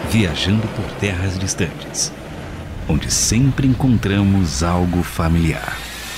viajando por terras distantes, onde sempre encontramos algo familiar.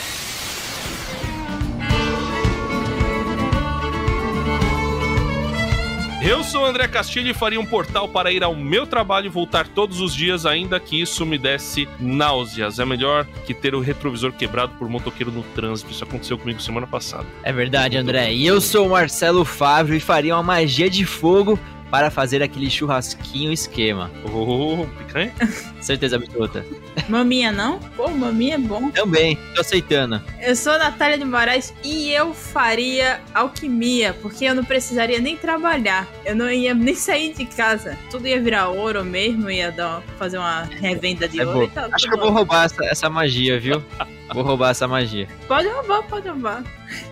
Eu sou o André Castilho e faria um portal para ir ao meu trabalho e voltar todos os dias, ainda que isso me desse náuseas. É melhor que ter o retrovisor quebrado por motoqueiro no trânsito. Isso aconteceu comigo semana passada. É verdade, André. E eu sou o Marcelo Fávero e faria uma magia de fogo para fazer aquele churrasquinho esquema. Picanha? Certeza absoluta. Maminha não? Pô, maminha é bom. Também, tô aceitando. Eu sou a Natália de Moraes e eu faria alquimia, porque eu não precisaria nem trabalhar. Eu não ia nem sair de casa. Tudo ia virar ouro mesmo, ia fazer uma revenda de ouro e tal. Acho que eu vou roubar essa magia, viu? Vou roubar essa magia. Pode roubar.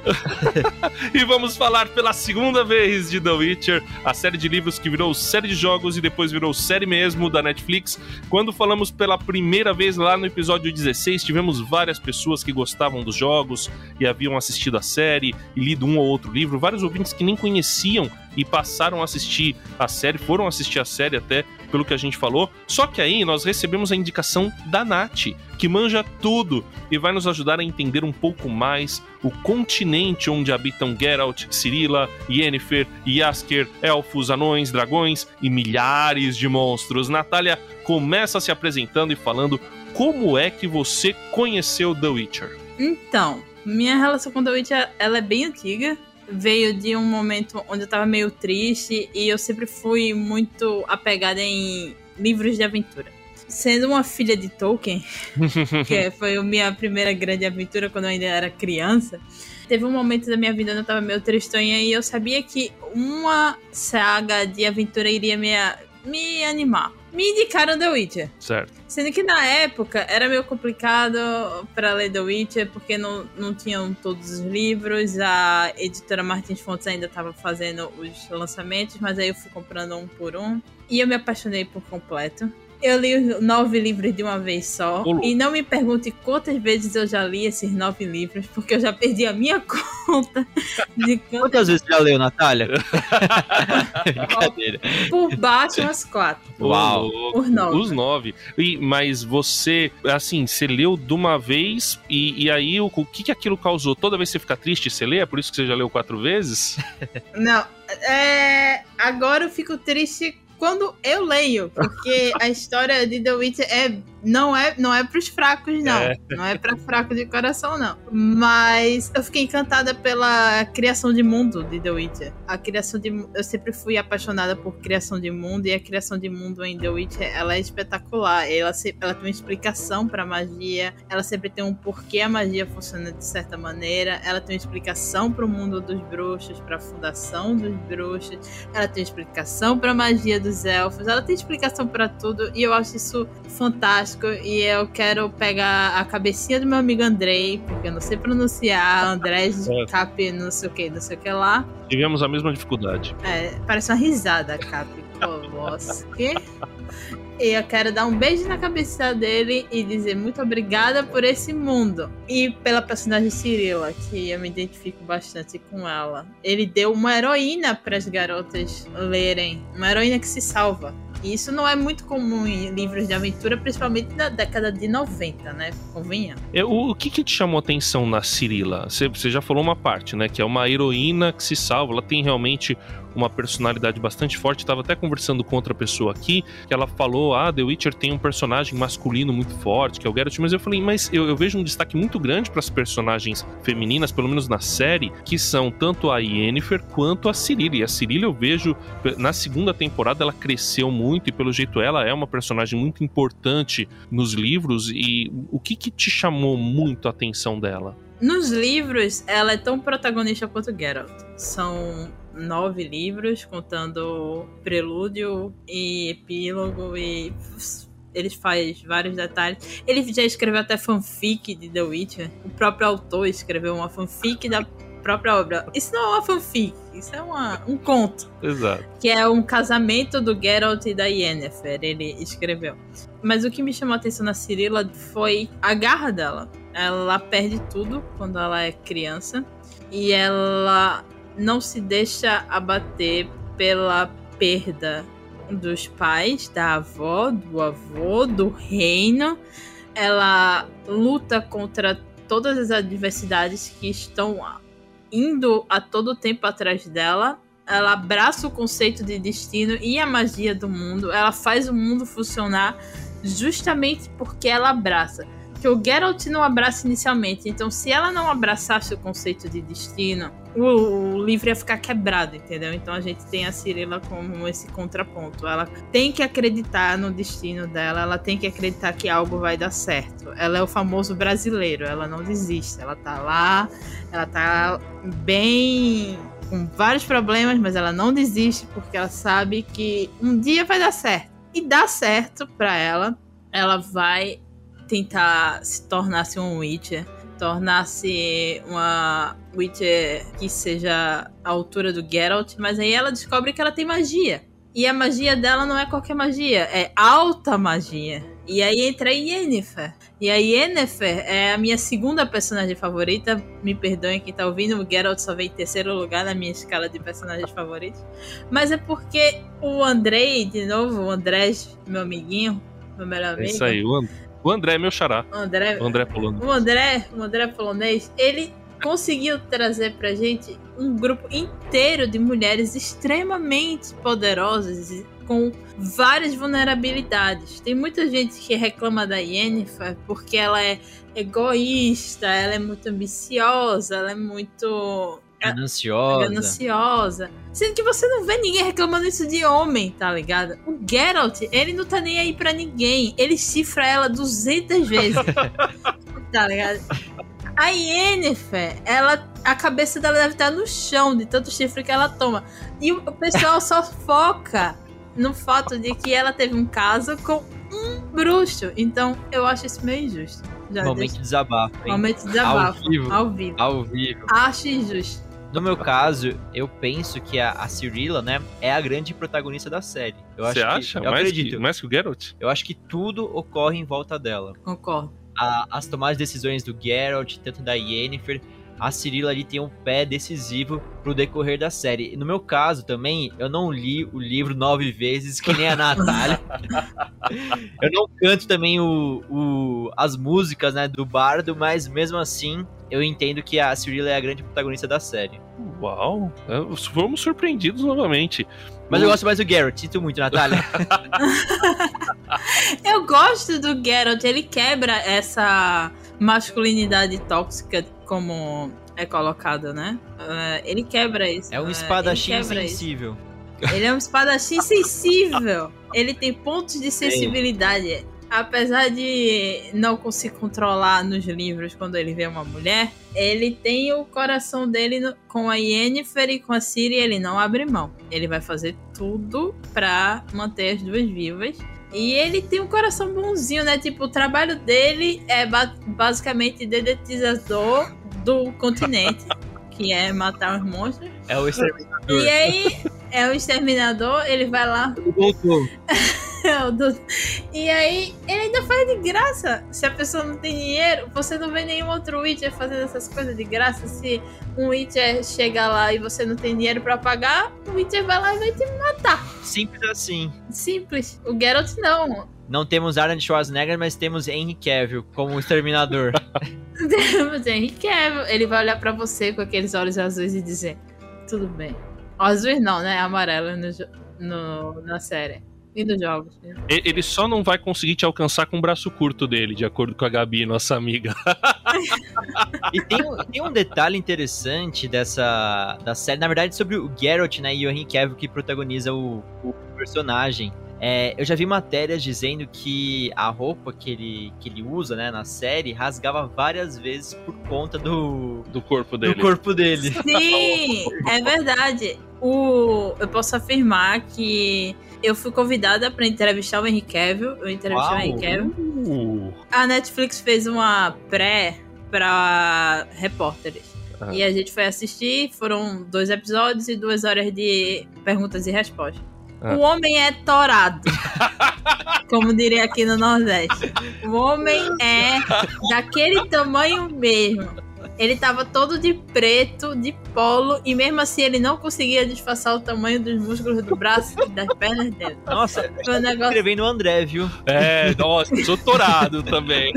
E vamos falar pela segunda vez de The Witcher, a série de livros que virou série de jogos e depois virou série mesmo da Netflix. Quando falamos pela primeira vez lá no episódio 16, tivemos várias pessoas que gostavam dos jogos e haviam assistido a série e lido um ou outro livro, vários ouvintes que nem conheciam e passaram a assistir a série, foram assistir a série até, pelo que a gente falou. Só que aí nós recebemos a indicação da Nath, que manja tudo e vai nos ajudar a entender um pouco mais o continente onde habitam Geralt, Cirilia, Yennefer, Jaskier, elfos, anões, dragões e milhares de monstros. Natália começa se apresentando e falando como é que você conheceu The Witcher. Então, minha relação com The Witcher, ela é bem antiga. Veio de um momento onde eu tava meio triste e eu sempre fui muito apegada em livros de aventura. Sendo uma filha de Tolkien, que foi a minha primeira grande aventura quando eu ainda era criança, teve um momento da minha vida onde eu tava meio tristonha e eu sabia que uma saga de aventura iria me animar. Me indicaram The Witcher. Certo. Sendo que na época era meio complicado pra ler The Witcher, porque não tinham todos os livros, a editora Martins Fontes ainda tava fazendo os lançamentos, mas aí eu fui comprando um por um. E eu me apaixonei por completo. Eu li os 9 livros de uma vez só. E não me pergunte quantas vezes eu já li esses 9 livros, porque eu já perdi a minha conta de quantas vezes você já leu, Natália? Brincadeira. Por baixo, umas 4. Uau! Por 9. Os 9. Mas você, assim, você leu de uma vez e aí o que aquilo causou? Toda vez que você fica triste, você lê? É por isso que você já leu 4 vezes? Não. Agora eu fico triste quando eu leio, porque a história de The Witcher não é pros fracos, não. Não é pra fraco de coração, não. Mas eu fiquei encantada pela criação de mundo de The Witcher. Eu sempre fui apaixonada por criação de mundo, e a criação de mundo em The Witcher, ela é espetacular. Ela tem uma explicação pra magia, ela sempre tem um porquê a magia funciona de certa maneira, ela tem uma explicação pro mundo dos bruxos, pra fundação dos bruxos, ela tem uma explicação pra magia dos elfos, ela tem explicação pra tudo, e eu acho isso fantástico. E eu quero pegar a cabecinha do meu amigo Andrei, porque eu não sei pronunciar, André Cap, não sei o que lá. Tivemos a mesma dificuldade. Parece uma risada, Cap. Pô, nossa, que... E eu quero dar um beijo na cabeça dele e dizer muito obrigada por esse mundo. E pela personagem Cirilia, que eu me identifico bastante com ela. Ele deu uma heroína para as garotas lerem. Uma heroína que se salva. E isso não é muito comum em livros de aventura, principalmente na década de 90, né? Convenha. O que te chamou a atenção na Cirilia? Você já falou uma parte, né? Que é uma heroína que se salva. Ela tem realmente uma personalidade bastante forte. Estava até conversando com outra pessoa aqui, que ela falou, The Witcher tem um personagem masculino muito forte, que é o Geralt, mas eu falei, mas eu vejo um destaque muito grande para as personagens femininas, pelo menos na série, que são tanto a Yennefer quanto a Cirilia. E a Cirilia eu vejo, na segunda temporada ela cresceu muito, e pelo jeito ela é uma personagem muito importante nos livros. E o que te chamou muito a atenção dela? Nos livros, ela é tão protagonista quanto Geralt. São 9 livros, contando prelúdio e epílogo, e ele faz vários detalhes. Ele já escreveu até fanfic de The Witcher. O próprio autor escreveu uma fanfic da própria obra. Isso não é uma fanfic, isso é um conto. Exato. Que é um casamento do Geralt e da Yennefer, ele escreveu. Mas o que me chamou a atenção na Cirilia foi a garra dela. Ela perde tudo quando ela é criança e ela não se deixa abater pela perda dos pais, da avó, do avô, do reino. Ela luta contra todas as adversidades que estão indo a todo tempo atrás dela. Ela abraça o conceito de destino e a magia do mundo. Ela faz o mundo funcionar justamente porque ela abraça. Que o Geralt não abraça inicialmente. Então, se ela não abraçasse o conceito de destino, o livro ia ficar quebrado, entendeu? Então, a gente tem a Cirilla como esse contraponto. Ela tem que acreditar no destino dela. Ela tem que acreditar que algo vai dar certo. Ela é o famoso brasileiro. Ela não desiste. Ela tá lá. Ela tá bem... com vários problemas, mas ela não desiste porque ela sabe que um dia vai dar certo. E dá certo pra ela. Ela vai tentar se tornar-se um Witcher, tornar-se uma Witcher que seja à altura do Geralt, mas aí ela descobre que ela tem magia. E a magia dela não é qualquer magia, é alta magia. E aí entra a Yennefer. E a Yennefer é a minha segunda personagem favorita. Me perdoem quem tá ouvindo, o Geralt só vem em terceiro lugar na minha escala de personagens favoritos. Mas é porque o Andrei, de novo, o André, meu amiguinho, meu melhor amigo. Isso aí, o André é meu xará. O André polonês. O André polonês, ele conseguiu trazer pra gente um grupo inteiro de mulheres extremamente poderosas com várias vulnerabilidades. Tem muita gente que reclama da Yennefer porque ela é egoísta, ela é muito ambiciosa, ela é muito... gananciosa. Sendo que você não vê ninguém reclamando isso de homem, tá ligado? O Geralt, ele não tá nem aí pra ninguém. Ele chifra ela 200 vezes. Tá ligado? A Yennefer, a cabeça dela deve estar no chão de tanto chifre que ela toma. E o pessoal só foca no fato de que ela teve um caso com um bruxo. Então, eu acho isso meio injusto. Momento de desabafo, hein? Momento de desabafo. Ao vivo. Acho injusto. No meu caso, eu penso que a Cirilla, né, é a grande protagonista da série. Você acha? Eu acredito. Mais que o Geralt? Eu acho que tudo ocorre em volta dela. Concordo. As tomadas de decisões do Geralt, tanto da Yennefer, a Cirilla ali tem um pé decisivo pro decorrer da série. No meu caso também, eu não li o livro 9 vezes, que nem a Natália. Eu não canto também as músicas, né, do bardo, mas mesmo assim, eu entendo que a Cirilla é a grande protagonista da série. Uau, fomos surpreendidos novamente. Mas eu gosto mais do Geralt, sinto muito, Natália. Eu gosto do Geralt, ele quebra essa masculinidade tóxica, como é colocado, né? Ele quebra isso. É um espadachim sensível. Ele é um espadachim sensível. Ele tem pontos de sensibilidade. Apesar de não conseguir controlar nos livros quando ele vê uma mulher, ele tem o coração dele com a Yennefer e com a Ciri, ele não abre mão. Ele vai fazer tudo pra manter as duas vivas. E ele tem um coração bonzinho, né? Tipo, o trabalho dele é basicamente dedetizador do continente, que é matar os monstros. É o exterminador. E aí, é o exterminador, ele vai lá... E aí, ele ainda faz de graça. Se a pessoa não tem dinheiro, você não vê nenhum outro Witcher fazendo essas coisas de graça. Se um Witcher chega lá e você não tem dinheiro pra pagar, o Witcher vai lá e vai te matar. Simples assim. Simples. O Geralt não. Não temos Arnold Schwarzenegger, mas temos Henry Cavill como exterminador. Temos Henry Cavill. Ele vai olhar pra você com aqueles olhos azuis e dizer: tudo bem. Azuis não, né? Amarelo na série. E dos jogos. Né? Ele só não vai conseguir te alcançar com o braço curto dele, de acordo com a Gabi, nossa amiga. E tem um detalhe interessante da série, na verdade, sobre o Geralt, né, e o Henry Cavill que protagoniza o personagem. Eu já vi matérias dizendo que a roupa que ele usa, né, na série rasgava várias vezes por conta do corpo dele. Do corpo dele. Sim, é verdade. Eu posso afirmar que eu fui convidada para entrevistar o Henry Cavill. Eu entrevistei o Henry Cavill. A Netflix fez uma pré para repórteres. E a gente foi assistir. Foram 2 episódios e 2 horas de perguntas e respostas. O homem é torado. Como diria aqui no Nordeste. O homem é daquele tamanho mesmo. Ele tava todo de preto, de polo, e mesmo assim ele não conseguia disfarçar o tamanho dos músculos do braço e das pernas dele. Nossa, Foi um negócio... escrevendo o André, viu? Nossa, sou torado também.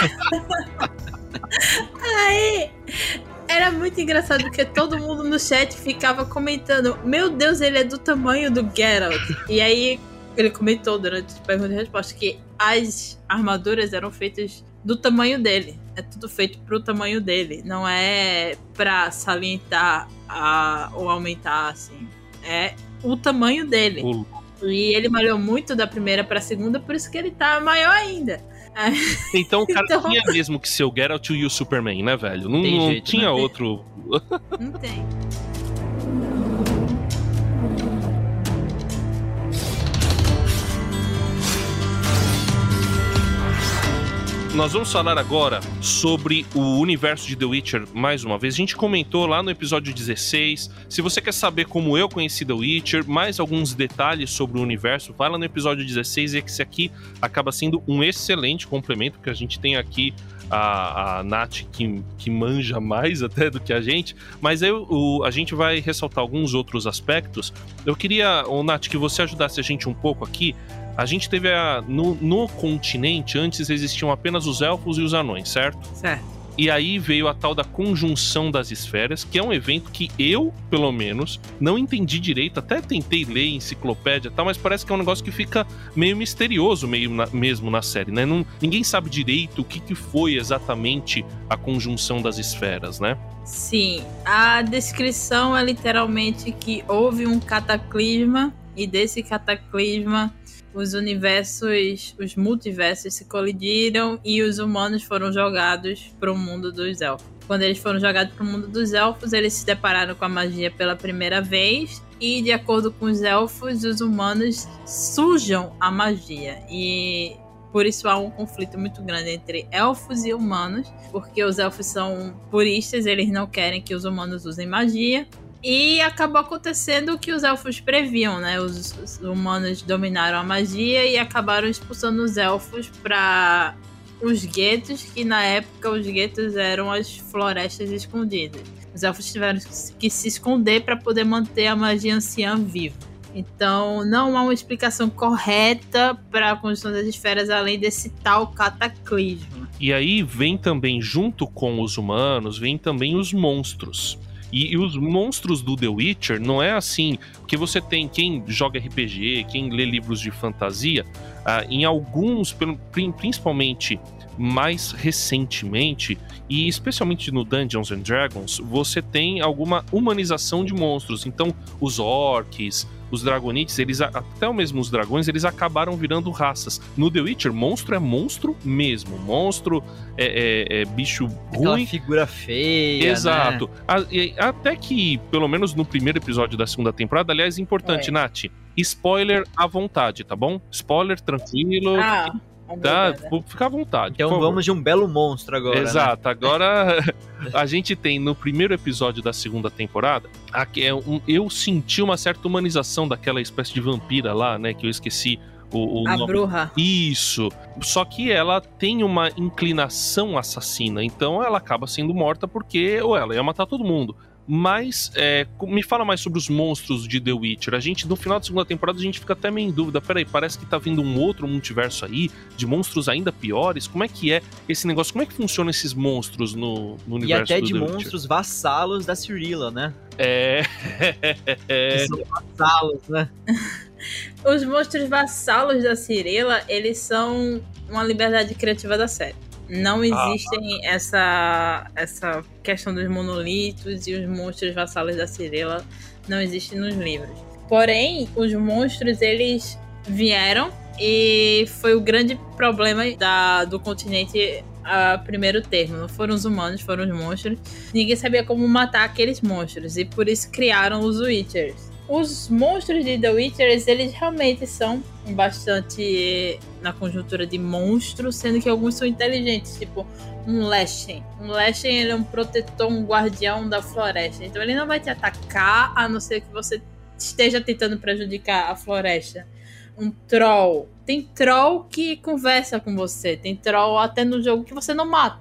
Aí, era muito engraçado, porque todo mundo no chat ficava comentando: meu Deus, ele é do tamanho do Geralt. E aí, ele comentou durante as perguntas e respostas que as armaduras eram feitas do tamanho dele. É tudo feito pro tamanho dele. Não é pra salientar ou aumentar, assim. É o tamanho dele. E ele malhou muito da primeira pra segunda, por isso que ele tá maior ainda. Então o cara tinha mesmo que ser o Geralt e o Superman, né, velho? Não jeito, tinha não outro. Não tem. Nós vamos falar agora sobre o universo de The Witcher mais uma vez. A gente comentou lá no episódio 16. Se você quer saber como eu conheci The Witcher, mais alguns detalhes sobre o universo, vai lá no episódio 16. E esse aqui acaba sendo um excelente complemento, porque a gente tem aqui a Nath que manja mais até do que a gente. Mas a gente vai ressaltar alguns outros aspectos. Eu queria, Nath, que você ajudasse a gente um pouco aqui. A gente teve no continente, antes existiam apenas os elfos e os anões, certo? Certo. E aí veio a tal da conjunção das esferas, que é um evento que eu, pelo menos, não entendi direito. Até tentei ler enciclopédia e tal, mas parece que é um negócio que fica meio misterioso mesmo na série, né? Ninguém sabe direito o que foi exatamente a conjunção das esferas, né? Sim, a descrição é literalmente que houve um cataclisma, e desse cataclisma os multiversos se colidiram e os humanos foram jogados para o mundo dos elfos. Quando eles foram jogados para o mundo dos elfos, eles se depararam com a magia pela primeira vez e, de acordo com os elfos, os humanos sujam a magia. E por isso há um conflito muito grande entre elfos e humanos, porque os elfos são puristas, eles não querem que os humanos usem magia. E acabou acontecendo o que os elfos previam, né? Os humanos dominaram a magia e acabaram expulsando os elfos para os guetos, que na época os guetos eram as florestas escondidas. Os elfos tiveram que se esconder para poder manter a magia anciã viva. Então não há uma explicação correta para a conjunção das esferas além desse tal cataclismo. E aí vem também, junto com os humanos, vem também os monstros. E os monstros do The Witcher não é assim, porque você tem quem joga RPG, quem lê livros de fantasia, em alguns, principalmente mais recentemente, e especialmente no Dungeons and Dragons, você tem alguma humanização de monstros. Então, os orcs, os dragonites, até mesmo os dragões, eles acabaram virando raças. No The Witcher, monstro é monstro mesmo. Monstro é bicho ruim. Aquela figura feia, exato. Né? Até que, pelo menos no primeiro episódio da segunda temporada, aliás, importante, Nath, spoiler à vontade, tá bom? Spoiler tranquilo. Tá, fica à vontade. Então vamos de um belo monstro agora. Exato, né? Agora a gente tem no primeiro episódio da segunda temporada, eu senti uma certa humanização daquela espécie de vampira lá, né? Que eu esqueci o a nome. bruxa. Isso. Só que ela tem uma inclinação assassina, então ela acaba sendo morta porque ela ia matar todo mundo. Mas, me fala mais sobre os monstros de The Witcher. No final da segunda temporada, a gente fica até meio em dúvida. Peraí, parece que tá vindo um outro multiverso aí, de monstros ainda piores. Como é que é esse negócio? Como é que funcionam esses monstros no universo do E até de de The monstros vassalos da Cirilla, né? Que são vassalos, né? Os monstros vassalos da Cirilla, eles são uma liberdade criativa da série. Não existem essa questão dos monolitos e os monstros vassalos da Cirilla não existem nos livros. Porém, os monstros, eles vieram e foi o grande problema do continente a primeiro termo. Não foram os humanos, foram os monstros. Ninguém sabia como matar aqueles monstros e por isso criaram os Witchers. Os monstros de The Witcher, eles realmente são bastante na conjuntura de monstros, sendo que alguns são inteligentes, tipo um Leshen. Um Leshen, ele é um protetor, um guardião da floresta. Então ele não vai te atacar, a não ser que você esteja tentando prejudicar a floresta. Um Troll. Tem Troll que conversa com você. Tem Troll até no jogo que você não mata.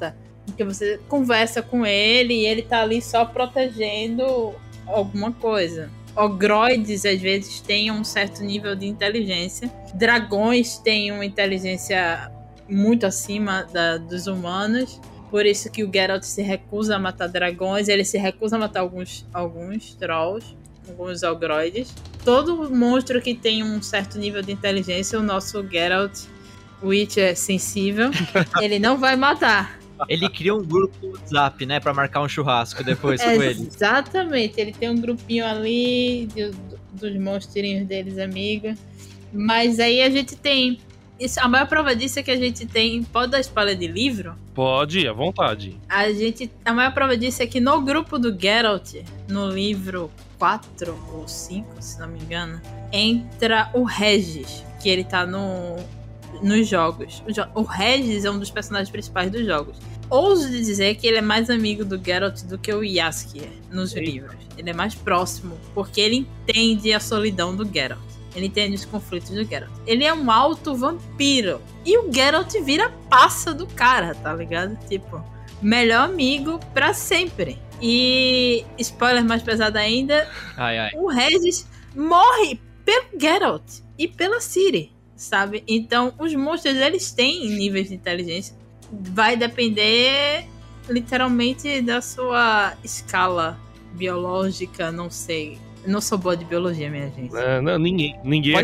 Porque você conversa com ele e ele tá ali só protegendo alguma coisa. Ogroides, às vezes, têm um certo nível de inteligência. Dragões têm uma inteligência muito acima dos humanos. Por isso que o Geralt se recusa a matar dragões. Ele se recusa a matar alguns trolls, alguns ogroides. Todo monstro que tem um certo nível de inteligência, o nosso Geralt, o Witcher sensível, ele não vai matar. Ele cria um grupo no WhatsApp, né? Pra marcar um churrasco depois com ele. Exatamente. Ele tem um grupinho ali dos monstrinhos deles, amiga. Mas aí a gente tem... a maior prova disso é que a gente tem... Pode dar spoiler de livro? Pode, à vontade. A maior prova disso é que no grupo do Geralt, no livro 4 ou 5, se não me engano, entra o Regis, que ele tá nos jogos. O Regis é um dos personagens principais dos jogos. Ouso dizer que ele é mais amigo do Geralt do que o Jaskier nos livros. Ele é mais próximo, porque ele entende a solidão do Geralt. Ele entende os conflitos do Geralt. Ele é um alto vampiro. E o Geralt vira passa do cara, tá ligado? Tipo, melhor amigo pra sempre. E, spoiler mais pesado ainda, o Regis morre pelo Geralt e pela Ciri, sabe? Então, os monstros, eles têm níveis de inteligência. Vai depender, literalmente, da sua escala biológica, não sei. Eu não sou boa de biologia, minha gente. Não, ninguém.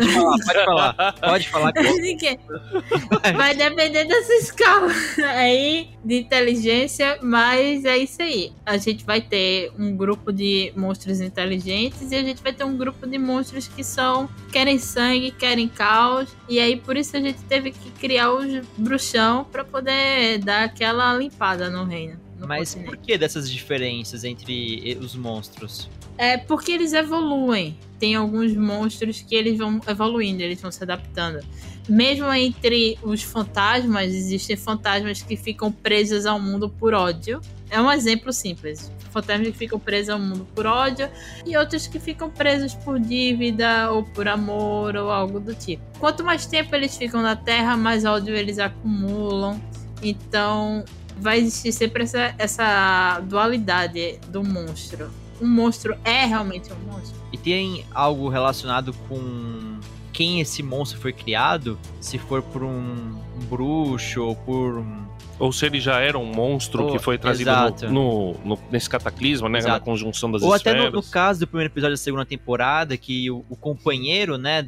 Pode falar. Ninguém. Vai depender dessa escala aí de inteligência, mas é isso aí. A gente vai ter um grupo de monstros inteligentes e a gente vai ter um grupo de monstros que querem sangue, querem caos. E aí, por isso a gente teve que criar os bruxão pra poder dar aquela limpada no reino. Mas por que dessas diferenças entre os monstros? É porque eles evoluem. Tem alguns monstros que eles vão evoluindo, eles vão se adaptando. Mesmo entre os fantasmas, existem fantasmas que ficam presos ao mundo por ódio. É um exemplo simples. Fantasmas que ficam presos ao mundo por ódio e outros que ficam presos por dívida ou por amor ou algo do tipo. Quanto mais tempo eles ficam na Terra, mais ódio eles acumulam. Então, vai existir sempre essa dualidade do monstro. Um monstro é realmente um monstro. E tem algo relacionado com quem esse monstro foi criado? Se for por um bruxo ou por... Ou se ele já era um monstro que foi trazido nesse cataclisma, né? Na conjunção das esferas. Ou até no caso do primeiro episódio da segunda temporada, que o companheiro, né,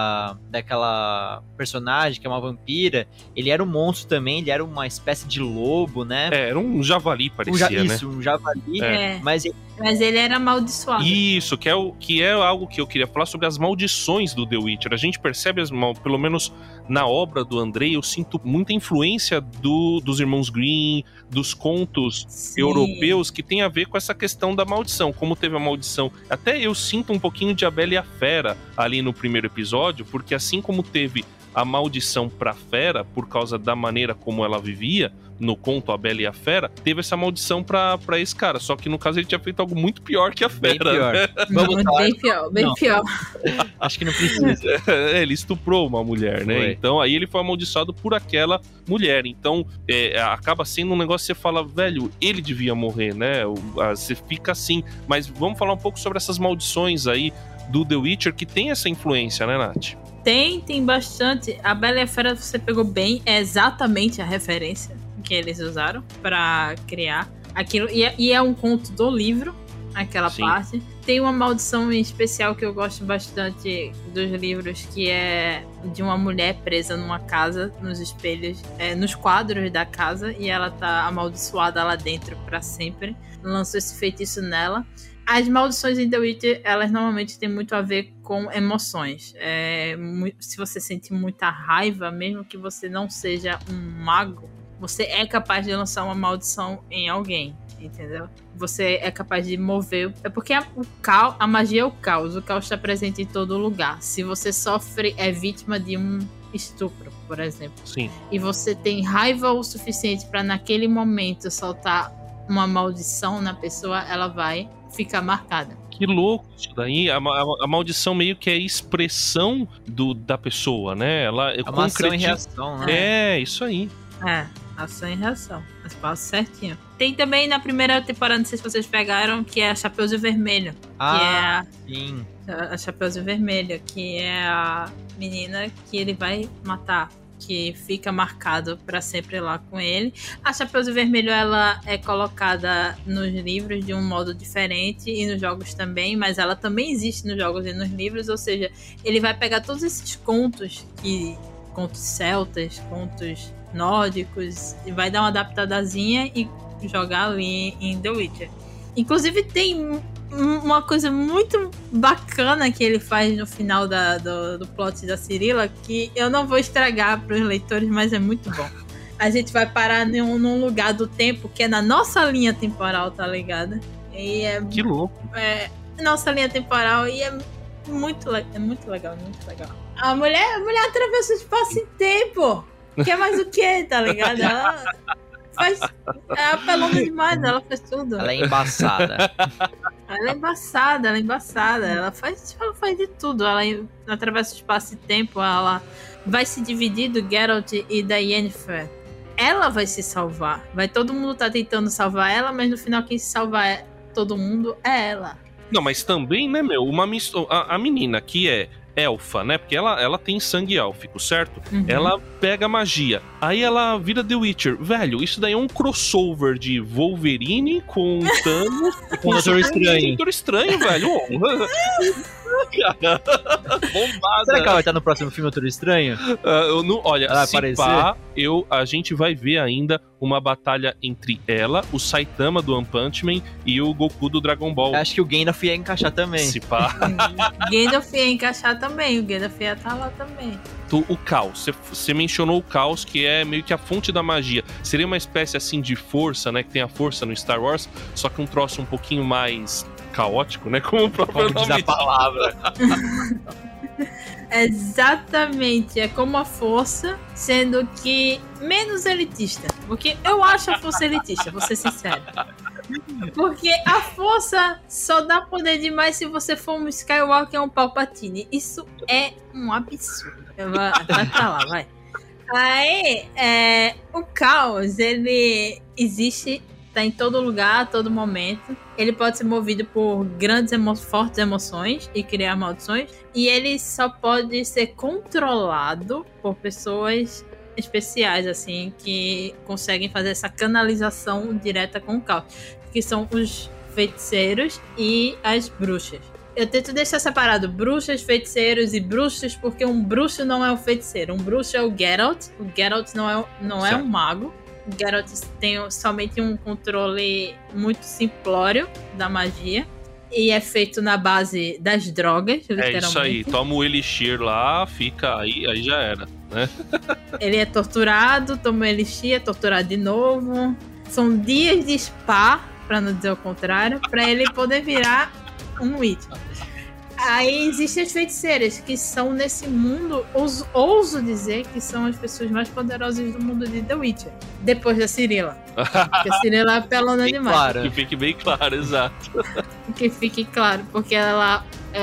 daquela personagem, que é uma vampira, ele era um monstro também, ele era uma espécie de lobo, né? Era um javali, parecia, né? Isso, um javali. Mas ele era amaldiçoado. Isso, que é algo que eu queria falar sobre as maldições do The Witcher. A gente percebe, pelo menos na obra do Andrei, eu sinto muita influência dos irmãos Grimm, dos contos europeus, que tem a ver com essa questão da maldição. Como teve a maldição, até eu sinto um pouquinho de A Bela e a Fera ali no primeiro episódio, porque assim como teve a maldição pra fera, por causa da maneira como ela vivia, no conto A Bela e a Fera, teve essa maldição pra esse cara. Só que no caso ele tinha feito algo muito pior que a fera. Bem pior. Né? Bem pior. Acho que não precisa. Ele estuprou uma mulher, né? Então aí ele foi amaldiçoado por aquela mulher. Então acaba sendo um negócio que você fala, velho, ele devia morrer, né? Você fica assim. Mas vamos falar um pouco sobre essas maldições aí do The Witcher, que tem essa influência, né, Nath? Tem bastante. A Bela e a Fera você pegou bem, é exatamente a referência que eles usaram pra criar aquilo. E é um conto do livro, aquela parte. Tem uma maldição em especial que eu gosto bastante dos livros, que é de uma mulher presa numa casa, nos espelhos, nos quadros da casa, e ela tá amaldiçoada lá dentro pra sempre. Lançou esse feitiço nela. As maldições em The Witcher, elas normalmente têm muito a ver com emoções. Se você sente muita raiva, mesmo que você não seja um mago, você é capaz de lançar uma maldição em alguém, entendeu? Você é capaz de mover... É porque a magia é o caos está presente em todo lugar. Se você é vítima de um estupro, por exemplo, e você tem raiva o suficiente para naquele momento soltar uma maldição na pessoa, ela vai ficar marcada. Que louco isso daí. A maldição meio que é a expressão da pessoa, né? Ela uma ação e reação, né? Isso aí. Ação e reação. Espaço certinho. Tem também na primeira temporada, não sei se vocês pegaram, que é a Chapeuzinho Vermelho. Sim. A Chapeuzinho Vermelho, que é a menina que ele vai matar, que fica marcado pra sempre lá com ele. A Chapeuzinho Vermelho, ela é colocada nos livros de um modo diferente e nos jogos também, mas ela também existe nos jogos e nos livros, ou seja, ele vai pegar todos esses contos celtas, contos nórdicos, e vai dar uma adaptadazinha e jogar ali em The Witcher. Inclusive tem uma coisa muito bacana que ele faz no final do plot da Cirilla, que eu não vou estragar para os leitores, mas é muito bom. A gente vai parar num lugar do tempo que é na nossa linha temporal, tá ligado? E que louco. É nossa linha temporal e é muito legal, muito legal. A mulher atravessa o espaço e tempo. Quer mais o que, tá ligado? Ela faz. É apelona demais, ela faz tudo. Ela é embaçada. Ela é embaçada. Ela faz de tudo. Ela atravessa o espaço e tempo. Ela vai se dividir do Geralt e da Yennefer. Ela vai se salvar. Todo mundo tá tentando salvar ela, mas no final quem se salva todo mundo é ela. Não, mas também, né, meu? A menina que é elfa, né? Porque ela tem sangue élfico, certo? Uhum. Ela pega magia. Aí ela vira The Witcher. Velho, isso daí é um crossover de Wolverine com Thanos com o Doutor Estranho. Doutor Estranho, velho. Cara, bombada. Será que ela vai estar no próximo filme Doutor Estranho? Olha, se pá, a gente vai ver ainda uma batalha entre ela, o Saitama do One Punch Man e o Goku do Dragon Ball. Eu acho que o Gandalf ia encaixar também. Se pá. Gandalf ia encaixar também, o Gandalf ia estar lá também. O caos, você mencionou o caos, que é meio que a fonte da magia. Seria uma espécie assim de força, né? Que tem a força no Star Wars, só que um troço um pouquinho mais caótico, né? Como o próprio nome diz a palavra. Exatamente, é como a força, sendo que menos elitista. Porque eu acho a força elitista, vou ser sincero. Porque a força só dá poder demais se você for um Skywalker ou um Palpatine. Isso é um absurdo. Vai pra lá, vai. Aí, o caos, ele existe, tá em todo lugar, a todo momento. Ele pode ser movido por grandes, fortes emoções e criar maldições. E ele só pode ser controlado por pessoas especiais, assim, que conseguem fazer essa canalização direta com o caos. Que são os feiticeiros e as bruxas. Eu tento deixar separado bruxas, feiticeiros e bruxos, porque um bruxo não é um feiticeiro. Um bruxo é o Geralt. O Geralt não é um mago. O Geralt tem somente um controle muito simplório da magia. E é feito na base das drogas, literalmente. É isso aí, toma o elixir lá, fica aí já era, né? Ele é torturado, toma o elixir, é torturado de novo. São dias de spa, pra não dizer o contrário, pra ele poder virar um Witcher. Aí existem as feiticeiras, que são nesse mundo, ouso dizer que são as pessoas mais poderosas do mundo de The Witcher. Depois da Cirilla. Porque a Cirilla é apelona demais. Claro. Que fique bem claro, exato. Que fique claro, porque ela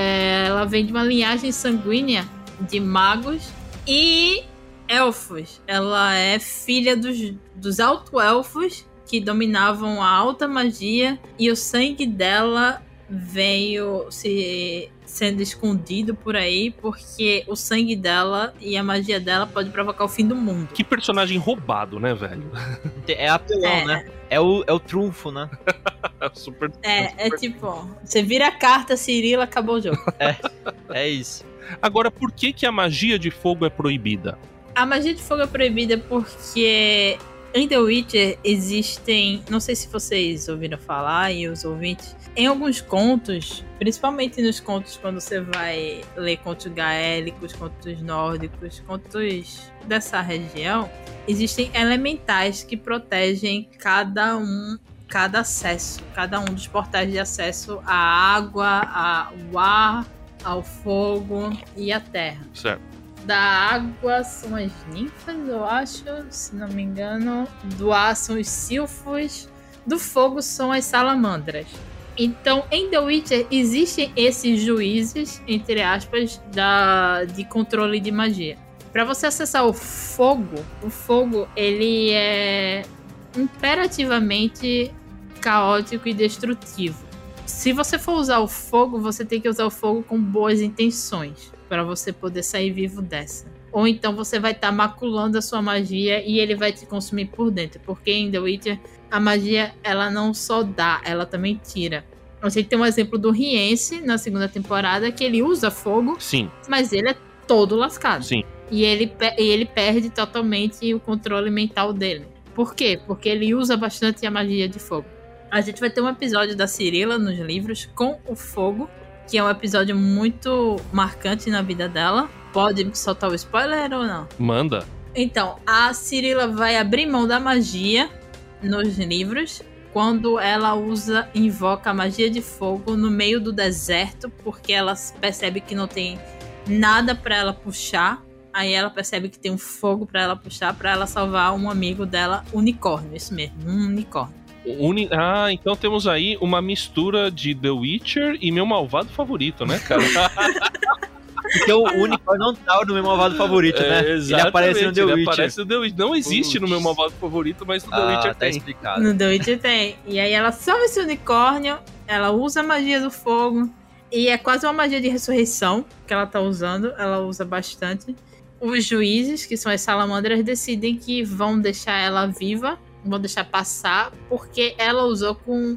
vem de uma linhagem sanguínea de magos e elfos. Ela é filha dos alto-elfos que dominavam a alta magia, e o sangue dela veio sendo escondido por aí, porque o sangue dela e a magia dela pode provocar o fim do mundo. Que personagem roubado, né, velho? É apelão, né? É o trunfo, né? Super. É tipo, você vira a carta, Cirilla, acabou o jogo. É isso. Agora, por que a magia de fogo é proibida? A magia de fogo é proibida porque em The Witcher existem, não sei se vocês ouviram falar, e os ouvintes, em alguns contos, principalmente nos contos quando você vai ler contos gaélicos, contos nórdicos, contos dessa região, existem elementais que protegem cada um dos portais de acesso à água, ao ar, ao fogo e à terra. Certo. Da água são as ninfas, eu acho, se não me engano. Do ar são os silfos. Do fogo são as salamandras. Então, em The Witcher, existem esses juízes, entre aspas, de controle de magia. Para você acessar o fogo, ele é imperativamente caótico e destrutivo. Se você for usar o fogo, você tem que usar o fogo com boas intenções para você poder sair vivo dessa. Ou então você vai estar maculando a sua magia e ele vai te consumir por dentro. Porque em The Witcher, a magia, ela não só dá, ela também tira. A gente tem um exemplo do Riense na segunda temporada, que ele usa fogo, Sim. mas ele é todo lascado. Sim. E ele perde totalmente o controle mental dele. Por quê? Porque ele usa bastante a magia de fogo. A gente vai ter um episódio da Cirilla nos livros com o fogo, que é um episódio muito marcante na vida dela. Pode soltar o spoiler ou não? Manda. Então, a Cirilla vai abrir mão da magia nos livros quando ela invoca a magia de fogo no meio do deserto, porque ela percebe que não tem nada pra ela puxar. Aí ela percebe que tem um fogo pra ela puxar, pra ela salvar um amigo dela, unicórnio, isso mesmo, um unicórnio. Então temos aí uma mistura de The Witcher e meu malvado favorito, né, cara? Porque o unicórnio não tá no meu malvado favorito, né? Ele aparece no The Witcher. Aparece no The Witcher. Não existe no meu malvado favorito, mas no The Witcher tá tem. explicado. No The Witcher tem. E aí ela salva esse unicórnio, ela usa a magia do fogo, e é quase uma magia de ressurreição que ela tá usando, ela usa bastante. Os juízes, que são as salamandras, decidem que vão deixar ela viva, vão deixar passar, porque ela usou com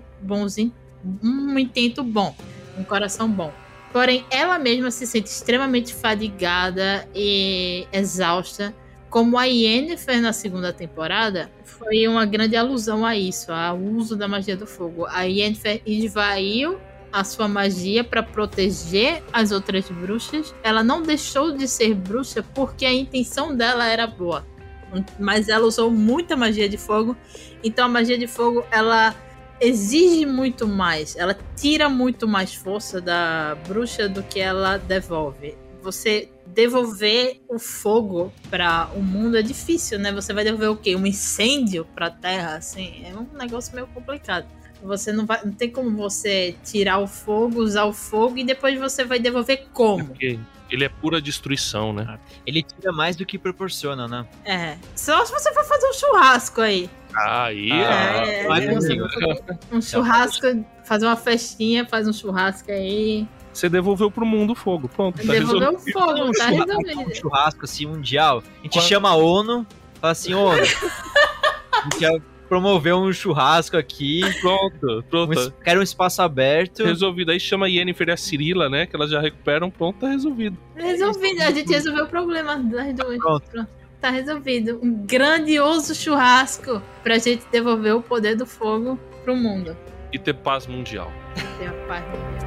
um intento bom, um coração bom. Porém, ela mesma se sente extremamente fadigada e exausta. Como a Yennefer na segunda temporada, foi uma grande alusão a isso, ao uso da magia do fogo. A Yennefer esvaiu a sua magia para proteger as outras bruxas. Ela não deixou de ser bruxa porque a intenção dela era boa. Mas ela usou muita magia de fogo. Então a magia de fogo, ela exige muito mais. Ela tira muito mais força da bruxa do que ela devolve. Você devolver o fogo para o mundo é difícil, né? Você vai devolver o quê? Um incêndio para a terra? Assim, é um negócio meio complicado. Você não tem como você tirar o fogo, usar o fogo e depois você vai devolver como? Porque ele é pura destruição, né? Ele tira mais do que proporciona, né? É. Só se você for fazer um churrasco aí. Aí, vai comigo. Um churrasco, fazer uma festinha, faz um churrasco aí. Você devolveu pro mundo o fogo. Pronto, tá Devolveu o resolvido. fogo, tá resolvido. Um churrasco assim mundial. A gente chama a ONU, fala assim, ONU, a gente quer promover um churrasco aqui. Pronto. Quero um espaço aberto. Resolvido. Aí chama a Yennefer e a Cirilla, né? Que elas já recuperam. Pronto, tá resolvido. Resolvido. A gente resolveu o problema das duas. Pronto. Tá resolvido. Um grandioso churrasco pra gente devolver o poder do fogo pro mundo. E ter paz mundial. Ter a paz mundial.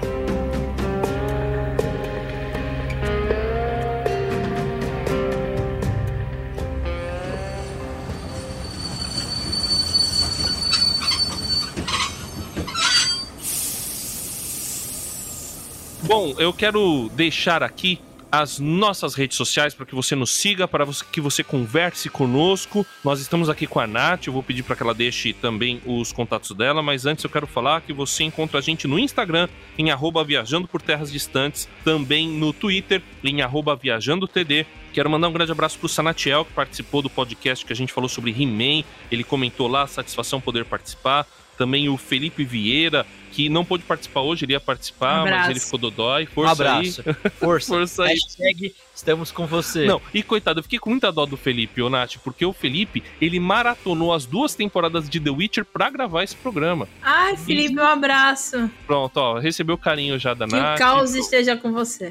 Bom, eu quero deixar aqui as nossas redes sociais para que você nos siga, para que você converse conosco. Nós estamos aqui com a Nath, eu vou pedir para que ela deixe também os contatos dela, mas antes eu quero falar que você encontra a gente no Instagram, em @viajandoporterrasdistantes, também no Twitter, em @viajandotd. Quero mandar um grande abraço pro Sanatiel, que participou do podcast que a gente falou sobre He-Man. Ele comentou lá, satisfação poder participar. Também o Felipe Vieira, que não pôde participar hoje, ele ia participar, mas ele ficou dodói. Força abraço. aí. Força aí. Hashtag estamos com você. Não, e coitado, eu fiquei com muita dó do Felipe, ô Nath, porque o Felipe, ele maratonou as 2 temporadas de The Witcher pra gravar esse programa. Ai, Felipe, um abraço. Pronto, ó, recebeu o carinho já da Que Nath. o caos esteja com você.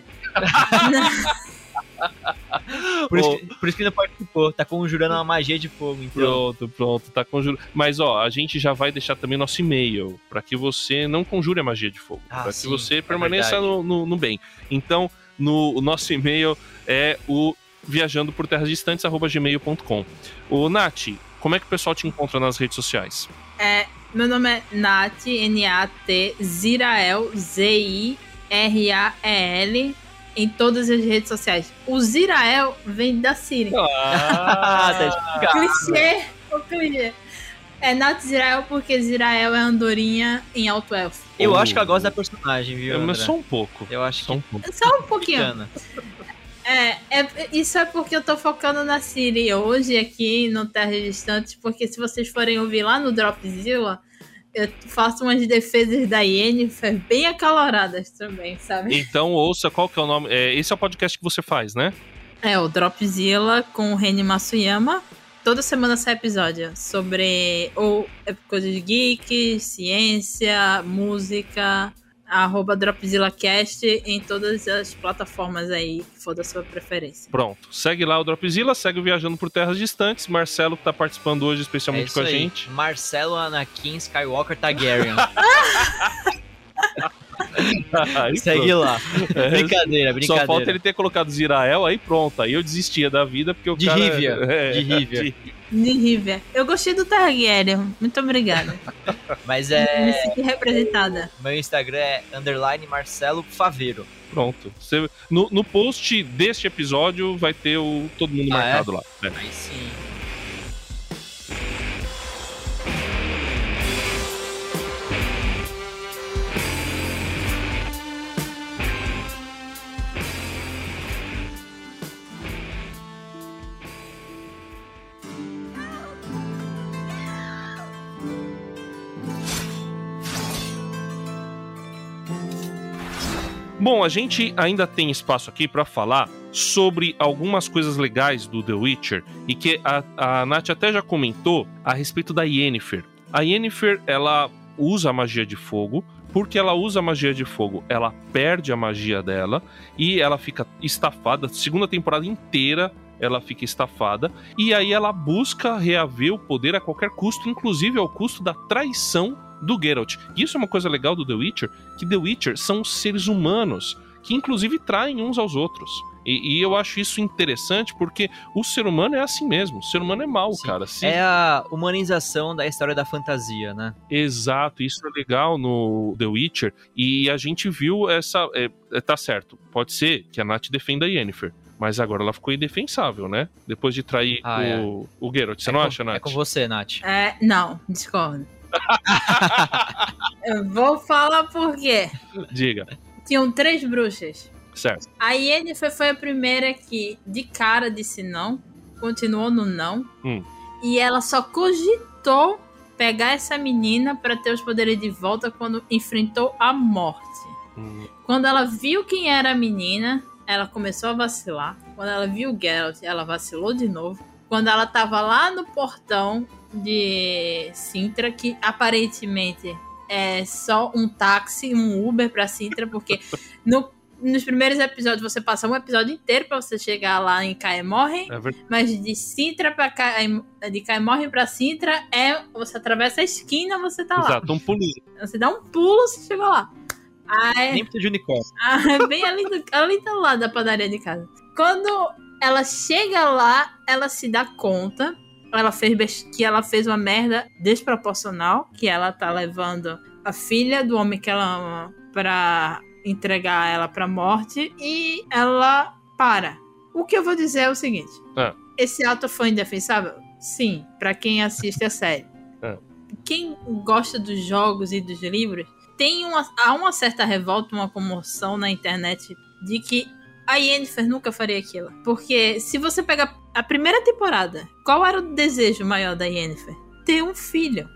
Por isso que ele não participou, tá conjurando uma magia de fogo, então. Pronto, tá conjurando. Mas ó, a gente já vai deixar também nosso e-mail, pra que você não conjure a magia de fogo, pra que você permaneça no bem. Então, o nosso e-mail é o viajandoporterrasdistantes@gmail.com. Ô Nath, como é que o pessoal te encontra nas redes sociais? Meu nome é Nath, N-A-T, Zirael, Z-I-R-A-E-L, em todas as redes sociais. O Zirael vem da Ciri. Tá Clichê. O clichê. É Nath Zirael porque Zirael é andorinha em Alto Elfo. Eu acho que ela gosta da personagem, viu? Mas só um pouco. Eu acho que Só um pouquinho. Isso é porque eu tô focando na Ciri hoje aqui no Terras Distantes, porque se vocês forem ouvir lá no Dropzilla, eu faço umas defesas da Yennefer bem acaloradas também, sabe? Então ouça, qual que é o nome? Esse é o podcast que você faz, né? É, o Dropzilla com o Reni Matsuyama. Toda semana sai episódio sobre coisas geeks, ciência, música, @DropzillaCast em todas as plataformas aí que for da sua preferência. Pronto, segue lá o Dropzilla, segue o Viajando por Terras Distantes. Marcelo que tá participando hoje especialmente com a gente. Marcelo Anakin Skywalker Targaryen. Segue lá. Brincadeira. Só falta ele ter colocado Zirael, aí pronto. Aí eu desistia da vida, porque o de cara... Rivia. De Rivia. De Rivia. Eu gostei do Targaryen. Muito obrigada. Mas me senti representada. Meu Instagram é _Marcelo Faveiro. Pronto. No post deste episódio vai ter todo mundo marcado lá. Aí sim. Bom, a gente ainda tem espaço aqui para falar sobre algumas coisas legais do The Witcher e que a Nath até já comentou a respeito da Yennefer. A Yennefer, ela usa a magia de fogo. Porque ela usa a magia de fogo, ela perde a magia dela e ela fica estafada. Segunda temporada inteira ela fica estafada. E aí ela busca reaver o poder a qualquer custo, inclusive ao custo da traição do Geralt. E isso é uma coisa legal do The Witcher, que The Witcher são seres humanos que inclusive traem uns aos outros. E eu acho isso interessante porque o ser humano é assim mesmo. O ser humano é mau, cara. É a humanização da história da fantasia, né? Exato, isso é legal no The Witcher. E a gente viu essa... tá certo, pode ser que a Nath defenda a Yennefer. Mas agora ela ficou indefensável, né? Depois de trair o Geralt. Você não acha, Nath? É com você, Nath. Não, discordo. Eu vou falar por quê. Diga. Tinham 3 bruxas. Certo. A Yennefer foi a primeira que, de cara, disse não. Continuou no não. E ela só cogitou pegar essa menina pra ter os poderes de volta quando enfrentou a morte. Quando ela viu quem era a menina, ela começou a vacilar. Quando ela viu o Geralt, ela vacilou de novo. Quando ela tava lá no portão de Sintra, que aparentemente é só um táxi, um Uber pra Sintra, porque nos primeiros episódios você passa um episódio inteiro pra você chegar lá em Kaer Morhen, mas de Sintra pra de Kaer Morhen pra Sintra você atravessa a esquina, você tá lá. Exato, um pulinho. Você dá um pulo, você chegou lá. Nem precisa de unicórnio. Bem ali do lado da padaria de casa. Quando ela chega lá, ela se dá conta que ela fez uma merda desproporcional, que ela tá levando a filha do homem que ela ama pra entregar ela pra morte, e ela para. O que eu vou dizer é o seguinte. Esse ato foi indefensável? Sim, pra quem assiste a série. Quem gosta dos jogos e dos livros, há uma certa revolta, uma comoção na internet de que a Yennefer nunca faria aquilo. Porque se você pegar a primeira temporada, qual era o desejo maior da Yennefer? Ter um filho.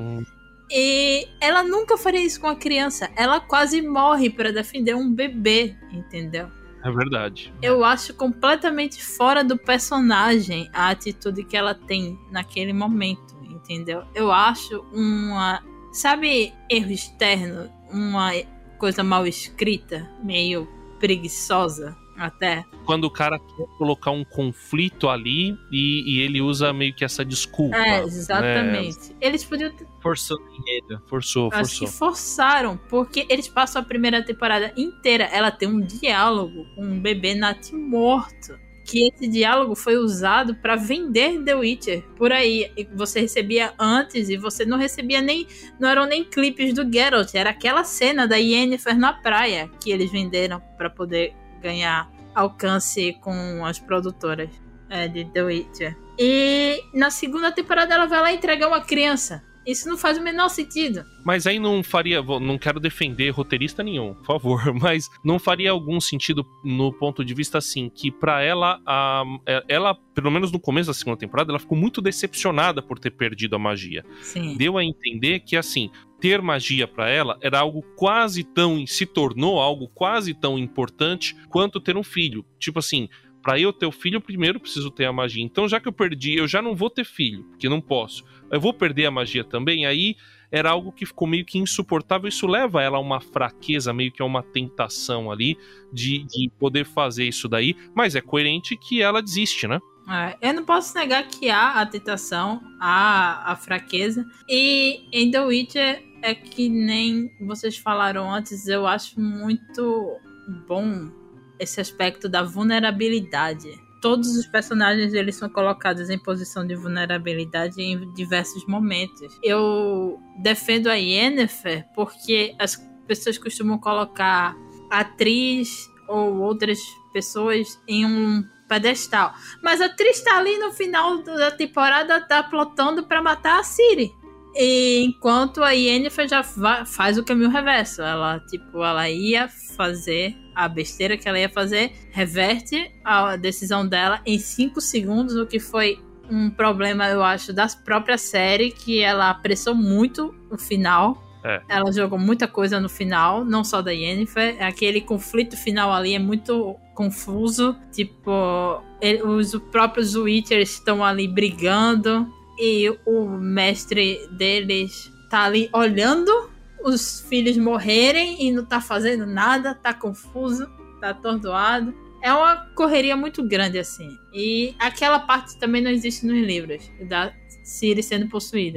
E ela nunca faria isso com a criança. Ela quase morre para defender um bebê, entendeu? É verdade. Eu acho completamente fora do personagem a atitude que ela tem naquele momento, entendeu? Eu acho sabe, erro externo? Uma coisa mal escrita, meio preguiçosa até. Quando o cara quer colocar um conflito ali e ele usa meio que essa desculpa. Exatamente. Né? Eles podiam... Forçou o enredo. Forçou. Acho que forçaram, porque eles passam a primeira temporada inteira, ela tem um diálogo com um bebê natimorto. Que esse diálogo foi usado pra vender The Witcher por aí. E você recebia antes e você não recebia não eram nem clipes do Geralt, era aquela cena da Yennefer na praia que eles venderam pra poder ganhar alcance com as produtoras de The Witcher. E na segunda temporada ela vai lá entregar uma criança. Isso não faz o menor sentido. Mas aí não faria, não quero defender roteirista nenhum, por favor, mas não faria algum sentido no ponto de vista assim, que pra ela, ela, pelo menos no começo da segunda temporada, ela ficou muito decepcionada por ter perdido a magia. Sim. Deu a entender que assim, ter magia pra ela era algo quase tão, se tornou algo quase tão importante quanto ter um filho. Tipo assim, pra eu ter o filho, primeiro eu preciso ter a magia. Então, já que eu perdi, eu já não vou ter filho, porque não posso. Eu vou perder a magia também. Aí era algo que ficou meio que insuportável. Isso leva ela a uma fraqueza, meio que a uma tentação ali de poder fazer isso daí. Mas é coerente que ela desiste, né? Eu não posso negar que há a tentação, há a fraqueza. E em The Witcher é que nem vocês falaram antes, eu acho muito bom esse aspecto da vulnerabilidade. Todos os personagens eles são colocados em posição de vulnerabilidade em diversos momentos. Eu defendo a Yennefer porque as pessoas costumam colocar a atriz ou outras pessoas em um pedestal. Mas a atriz tá ali no final da temporada, tá plotando pra matar a Ciri. E enquanto a Yennefer já faz o caminho reverso. Ela ia fazer a besteira que ela ia fazer, reverte a decisão dela em 5 segundos, o que foi um problema, eu acho, da própria série, que ela apressou muito o final. Ela jogou muita coisa no final, não só da Yennefer. Aquele conflito final ali é muito confuso. Tipo, os próprios Witchers estão ali brigando e o mestre deles tá ali olhando os filhos morrerem e não tá fazendo nada, tá confuso, tá atordoado. É uma correria muito grande, assim. E aquela parte também não existe nos livros, da Ciri sendo possuída.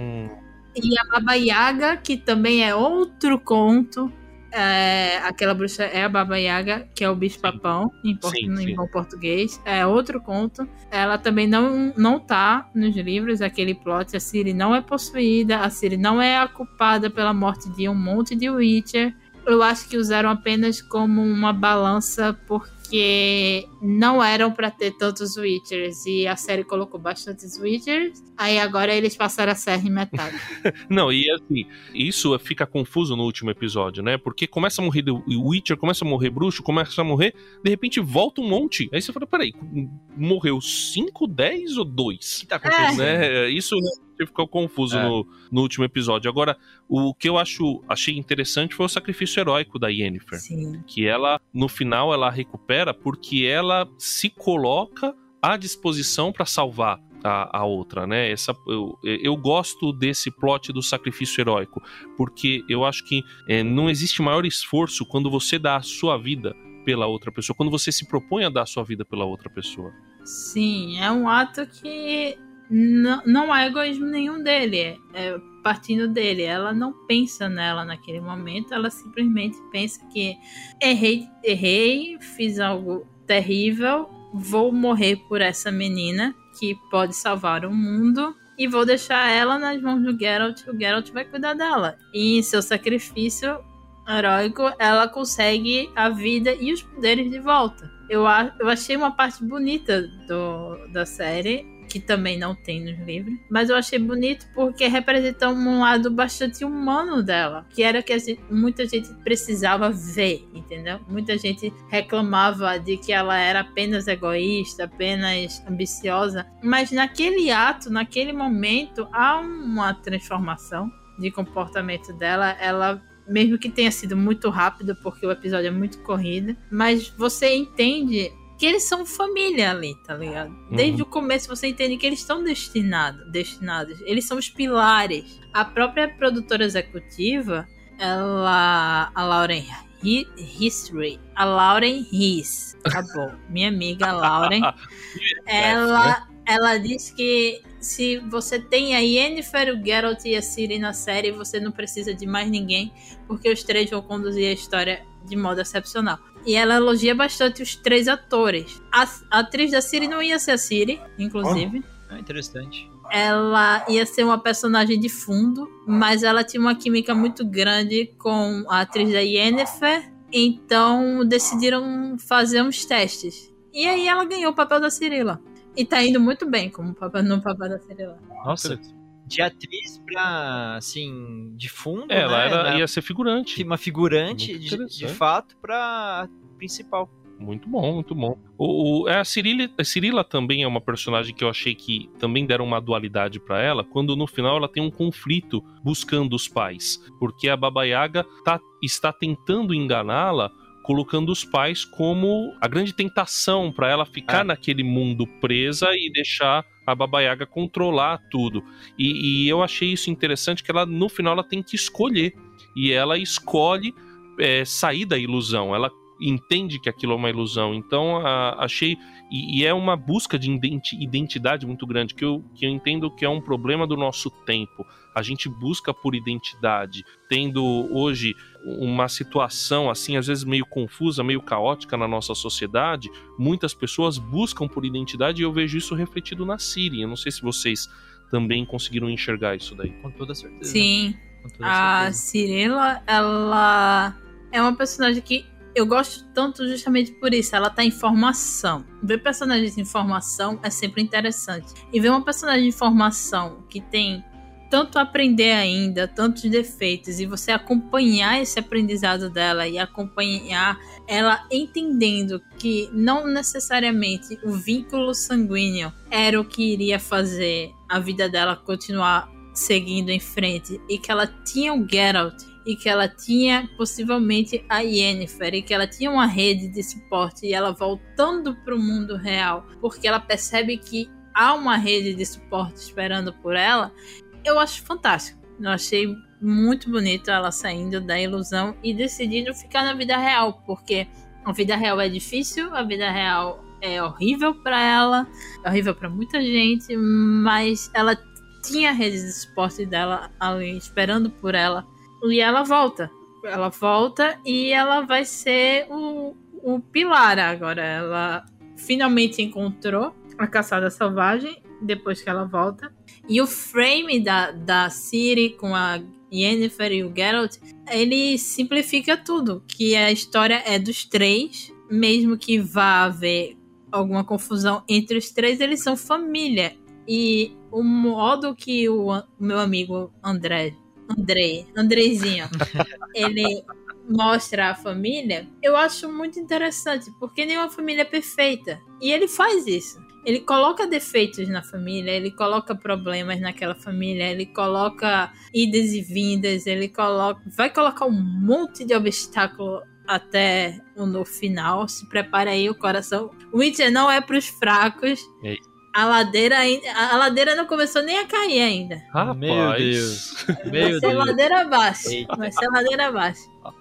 E a Baba Yaga, que também é outro conto. Aquela bruxa é a Baba Yaga, que é o bicho-papão em bom português. É outro conto. Ela também não tá nos livros, aquele plot. A Ciri não é possuída, a Ciri não é a culpada pela morte de um monte de Witcher. Eu acho que usaram apenas como uma balança porque não eram pra ter tantos Witchers e a série colocou bastantes Witchers, aí agora eles passaram a serra em metade. Não, e assim, isso fica confuso no último episódio, né? Porque começa a morrer Witcher, começa a morrer bruxo, começa a morrer, de repente volta um monte. Aí você fala, peraí, morreu 5, 10 ou 2? O que tá acontecendo? Né? Isso ficou confuso no último episódio. Agora, o que eu achei interessante foi o sacrifício heróico da Yennefer. Sim. Que ela, no final, ela recupera porque ela se coloca à disposição para salvar a outra, né? Eu gosto desse plot do sacrifício heróico, porque eu acho que não existe maior esforço quando você dá a sua vida pela outra pessoa, quando você se propõe a dar a sua vida pela outra pessoa. Sim, é um ato que não há egoísmo nenhum dele, é partindo dele. Ela não pensa nela naquele momento, ela simplesmente pensa que errei, fiz algo terrível, vou morrer por essa menina que pode salvar o mundo e vou deixar ela nas mãos do Geralt, o Geralt vai cuidar dela. E em seu sacrifício heróico, ela consegue a vida e os poderes de volta. Eu achei uma parte bonita da série, que também não tem nos livros, mas eu achei bonito porque representa um lado bastante humano dela, que era que muita gente precisava ver, entendeu? Muita gente reclamava de que ela era apenas egoísta, apenas ambiciosa, mas naquele ato, naquele momento, há uma transformação de comportamento dela. Ela, mesmo que tenha sido muito rápido, porque o episódio é muito corrido, mas você entende que eles são família ali, tá ligado? Desde o começo você entende que eles estão destinados. Eles são os pilares. A própria produtora executiva, a Lauren Hiss, acabou. Minha amiga Lauren, ela diz que se você tem a Yennefer, o Geralt e a Ciri na série, você não precisa de mais ninguém, porque os três vão conduzir a história de modo excepcional. E ela elogia bastante os 3 atores. A atriz da Ciri não ia ser a Ciri, inclusive. Interessante. Ela ia ser uma personagem de fundo, mas ela tinha uma química muito grande com a atriz da Yennefer, então decidiram fazer uns testes. E aí ela ganhou o papel da Cirilla. E tá indo muito bem no papel da Cirilla. Nossa, de atriz pra, assim, de fundo, ela ia ser figurante. Uma figurante, de fato, pra principal. Muito bom, muito bom. A Cirilla também é uma personagem que eu achei que também deram uma dualidade pra ela, quando no final ela tem um conflito buscando os pais. Porque a Baba Yaga está tentando enganá-la, colocando os pais como a grande tentação pra ela ficar naquele mundo presa e deixar a Baba Yaga controlar tudo. E eu achei isso interessante, que ela no final ela tem que escolher. E ela escolhe sair da ilusão. Ela entende que aquilo é uma ilusão. Então achei, e é uma busca de identidade muito grande, que eu entendo que é um problema do nosso tempo. A gente busca por identidade, tendo hoje uma situação assim, às vezes meio confusa, meio caótica na nossa sociedade. Muitas pessoas buscam por identidade, e eu vejo isso refletido na Ciri. Eu não sei se vocês também conseguiram enxergar isso daí. Com toda certeza. Sim, a Cirilla, ela é uma personagem que eu gosto tanto justamente por isso. Ela tá em formação. Ver personagens em formação é sempre interessante. E ver uma personagem em formação que tem tanto a aprender ainda, tantos defeitos, e você acompanhar esse aprendizado dela e acompanhar ela entendendo que não necessariamente o vínculo sanguíneo era o que iria fazer a vida dela continuar seguindo em frente, e que ela tinha o Geralt, e que ela tinha possivelmente a Yennefer, e que ela tinha uma rede de suporte, e ela voltando para o mundo real, porque ela percebe que há uma rede de suporte esperando por ela. Eu acho fantástico. Eu achei muito bonito ela saindo da ilusão e decidindo ficar na vida real, porque a vida real é difícil, a vida real é horrível para ela, é horrível para muita gente, mas ela tinha a rede de suporte dela ali esperando por ela. E ela volta. Ela volta e ela vai ser o pilar agora. Ela finalmente encontrou a caçada selvagem depois que ela volta. E o frame da Ciri com a Yennefer e o Geralt, ele simplifica tudo. Que a história é dos três. Mesmo que vá haver alguma confusão entre os três, eles são família. E o modo que o meu amigo Andrezinho, ele mostra a família, eu acho muito interessante, porque nenhuma família é perfeita. E ele faz isso. Ele coloca defeitos na família, ele coloca problemas naquela família, ele coloca idas e vindas, vai colocar um monte de obstáculo até no final. Se prepara aí o coração. Witcher não é pros fracos. A ladeira não começou nem a cair ainda. Meu Deus. Vai ser ladeira abaixo. Vai ser ladeira abaixo.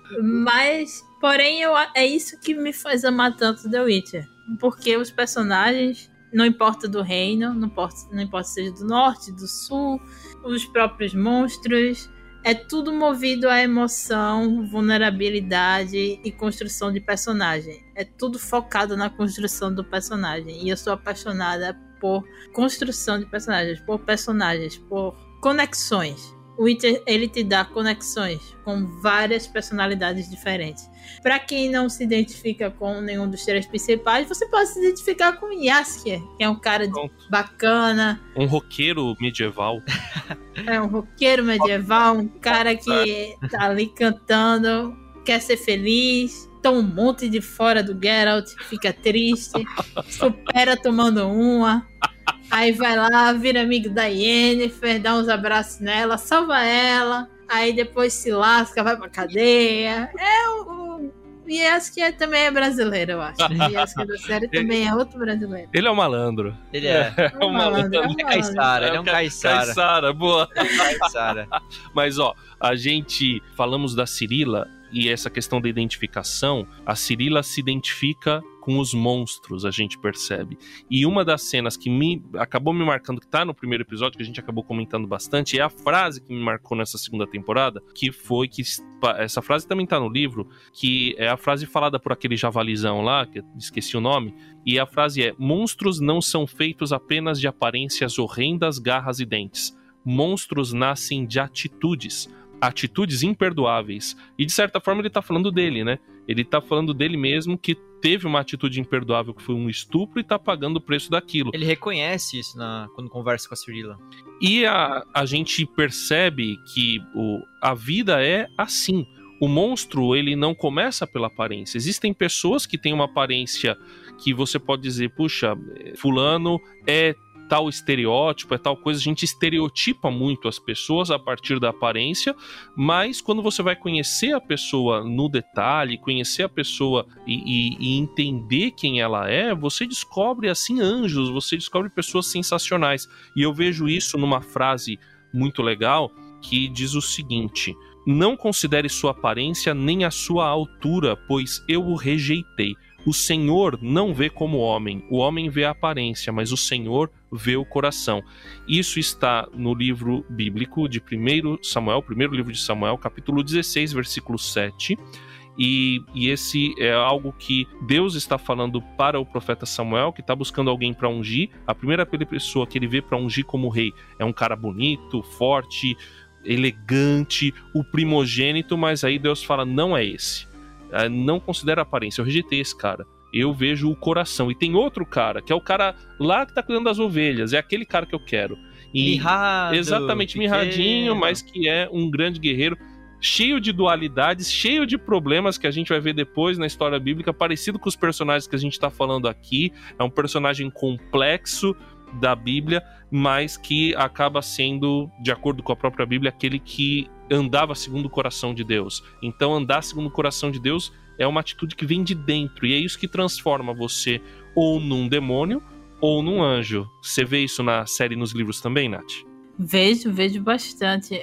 Mas, porém, é isso que me faz amar tanto The Witcher. Porque os personagens, não importa do reino, não importa se seja do norte, do sul, os próprios monstros, é tudo movido à emoção, vulnerabilidade e construção de personagem. É tudo focado na construção do personagem. E eu sou apaixonada por construção de personagens, por conexões. O Witcher, ele te dá conexões com várias personalidades diferentes. Pra quem não se identifica com nenhum dos três principais, você pode se identificar com Jaskier, que é um cara bacana. Um roqueiro medieval. É um roqueiro medieval, um cara que tá ali cantando, quer ser feliz, toma um monte de fora do Geralt, fica triste, supera tomando uma. Aí vai lá, vira amigo da Yennefer, dá uns abraços nela, salva ela. Aí depois se lasca, vai pra cadeia. O Jaskier também é brasileiro, eu acho. O Jaskier da série também é outro brasileiro. Ele é um malandro. Ele é. Um malandro. Ele é caiçara, ele é um caiçara. Caiçara, boa. Caiçara. Mas, ó, a gente falamos da Cirilla e essa questão da identificação. A Cirilla se identifica com os monstros, a gente percebe. E uma das cenas que acabou me marcando, que tá no primeiro episódio, que a gente acabou comentando bastante, é a frase que me marcou nessa segunda temporada, que foi que essa frase também tá no livro, que é a frase falada por aquele javalizão lá, que eu esqueci o nome, e a frase é: monstros não são feitos apenas de aparências horrendas, garras e dentes. Monstros nascem de atitudes imperdoáveis. E de certa forma ele tá falando dele, né? Ele tá falando dele mesmo, que teve uma atitude imperdoável, que foi um estupro, e tá pagando o preço daquilo. Ele reconhece isso quando conversa com a Cirilla. E a gente percebe que a vida é assim. O monstro, ele não começa pela aparência. Existem pessoas que têm uma aparência que você pode dizer, puxa, fulano é tal estereótipo, é tal coisa. A gente estereotipa muito as pessoas a partir da aparência, mas quando você vai conhecer a pessoa no detalhe, conhecer a pessoa e entender quem ela é, você descobre, assim, anjos, você descobre pessoas sensacionais. E eu vejo isso numa frase muito legal, que diz o seguinte: não considere sua aparência nem a sua altura, pois eu o rejeitei. O Senhor não vê como o homem vê a aparência, mas o Senhor vê o coração. Isso está no livro bíblico de 1 Samuel, primeiro livro de Samuel, capítulo 16, versículo 7. E esse é algo que Deus está falando para o profeta Samuel, que está buscando alguém para ungir. A primeira pessoa que ele vê para ungir como rei é um cara bonito, forte, elegante, o primogênito, mas aí Deus fala, não é esse. Não considera a aparência, eu rejeitei esse cara. Eu vejo o coração. E tem outro cara, que é o cara lá que tá cuidando das ovelhas. É aquele cara que eu quero. Mirrado, exatamente, pequeno. Mirradinho, mas que é um grande guerreiro, cheio de dualidades, cheio de problemas que a gente vai ver depois na história bíblica, parecido com os personagens que a gente tá falando aqui. É um personagem complexo da Bíblia, mas que acaba sendo, de acordo com a própria Bíblia, aquele que andava segundo o coração de Deus. Então, andar segundo o coração de Deus é uma atitude que vem de dentro, e é isso que transforma você ou num demônio ou num anjo. Você vê isso na série e nos livros também, Nath? Vejo bastante.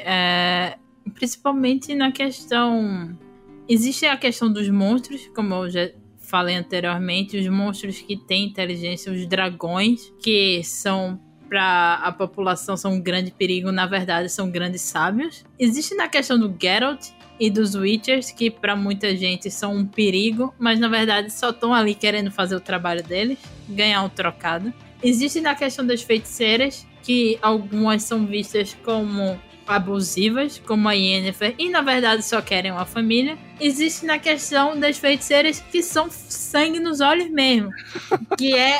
Principalmente na questão... Existe a questão dos monstros, como eu já falei anteriormente, os monstros que têm inteligência, os dragões, que são... para a população são um grande perigo, na verdade são grandes sábios. Existe na questão do Geralt e dos Witchers, que para muita gente são um perigo, mas na verdade só estão ali querendo fazer o trabalho deles, ganhar um trocado. Existe na questão das feiticeiras, que algumas são vistas como abusivas, como a Yennefer, e na verdade só querem uma família. Existe na questão das feiticeiras que são sangue nos olhos mesmo, que é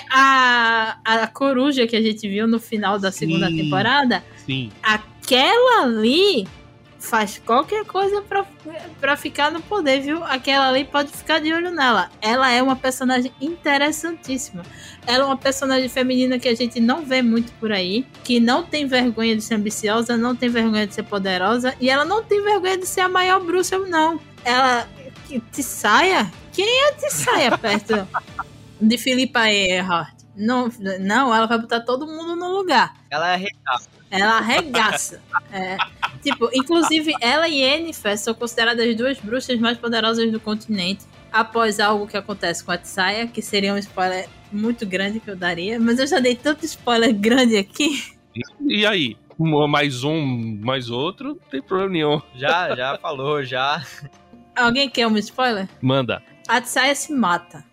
a coruja que a gente viu no final da segunda temporada. Sim. Aquela ali faz qualquer coisa pra ficar no poder, viu? Aquela ali pode ficar de olho nela. Ela é uma personagem interessantíssima. Ela é uma personagem feminina que a gente não vê muito por aí, que não tem vergonha de ser ambiciosa, não tem vergonha de ser poderosa, e ela não tem vergonha de ser a maior bruxa, não. Ela... Tissaia? Quem é Tissaia perto de Philippa Earhart? Não, ela vai botar todo mundo no lugar. Ela arregaça. Ela arregaça. Tipo, inclusive, ela e Yennefer são consideradas as duas bruxas mais poderosas do continente, após algo que acontece com a Tissaia, que seria um spoiler muito grande que eu daria, mas eu já dei tanto spoiler grande aqui. E aí? Mais um, mais outro, não tem problema nenhum. Já falou, já. Alguém quer um spoiler? Manda. A Tissaia se mata.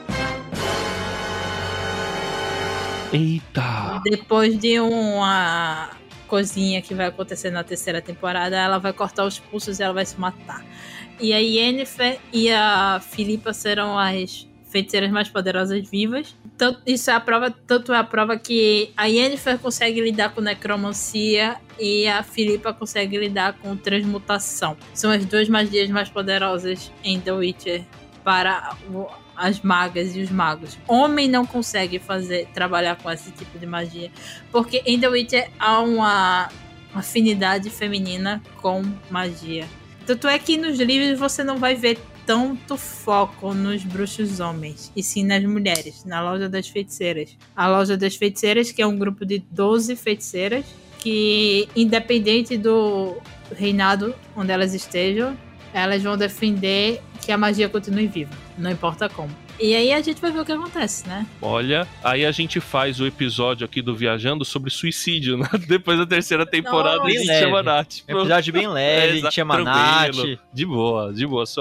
Eita! Depois de uma coisinha que vai acontecer na terceira temporada, ela vai cortar os pulsos e ela vai se matar. E a Yennefer e a Philippa serão as feiticeiras mais poderosas vivas. Isso é a prova, tanto é a prova que a Yennefer consegue lidar com necromancia e a Philippa consegue lidar com transmutação. São as duas magias mais poderosas em The Witcher para as magas e os magos. Homem não consegue trabalhar com esse tipo de magia, porque em The Witcher há uma afinidade feminina com magia. Tanto é que nos livros você não vai ver tanto foco nos bruxos homens, e sim nas mulheres, na Loja das Feiticeiras. A Loja das Feiticeiras, que é um grupo de 12 feiticeiras, que independente do reinado onde elas estejam, elas vão defender que a magia continue viva, não importa como. E aí a gente vai ver o que acontece, né? Olha, aí a gente faz o episódio aqui do Viajando sobre suicídio, né? Depois da terceira temporada, a gente chama a Nath. Um episódio bem leve, a gente chama a Nath. De boa só.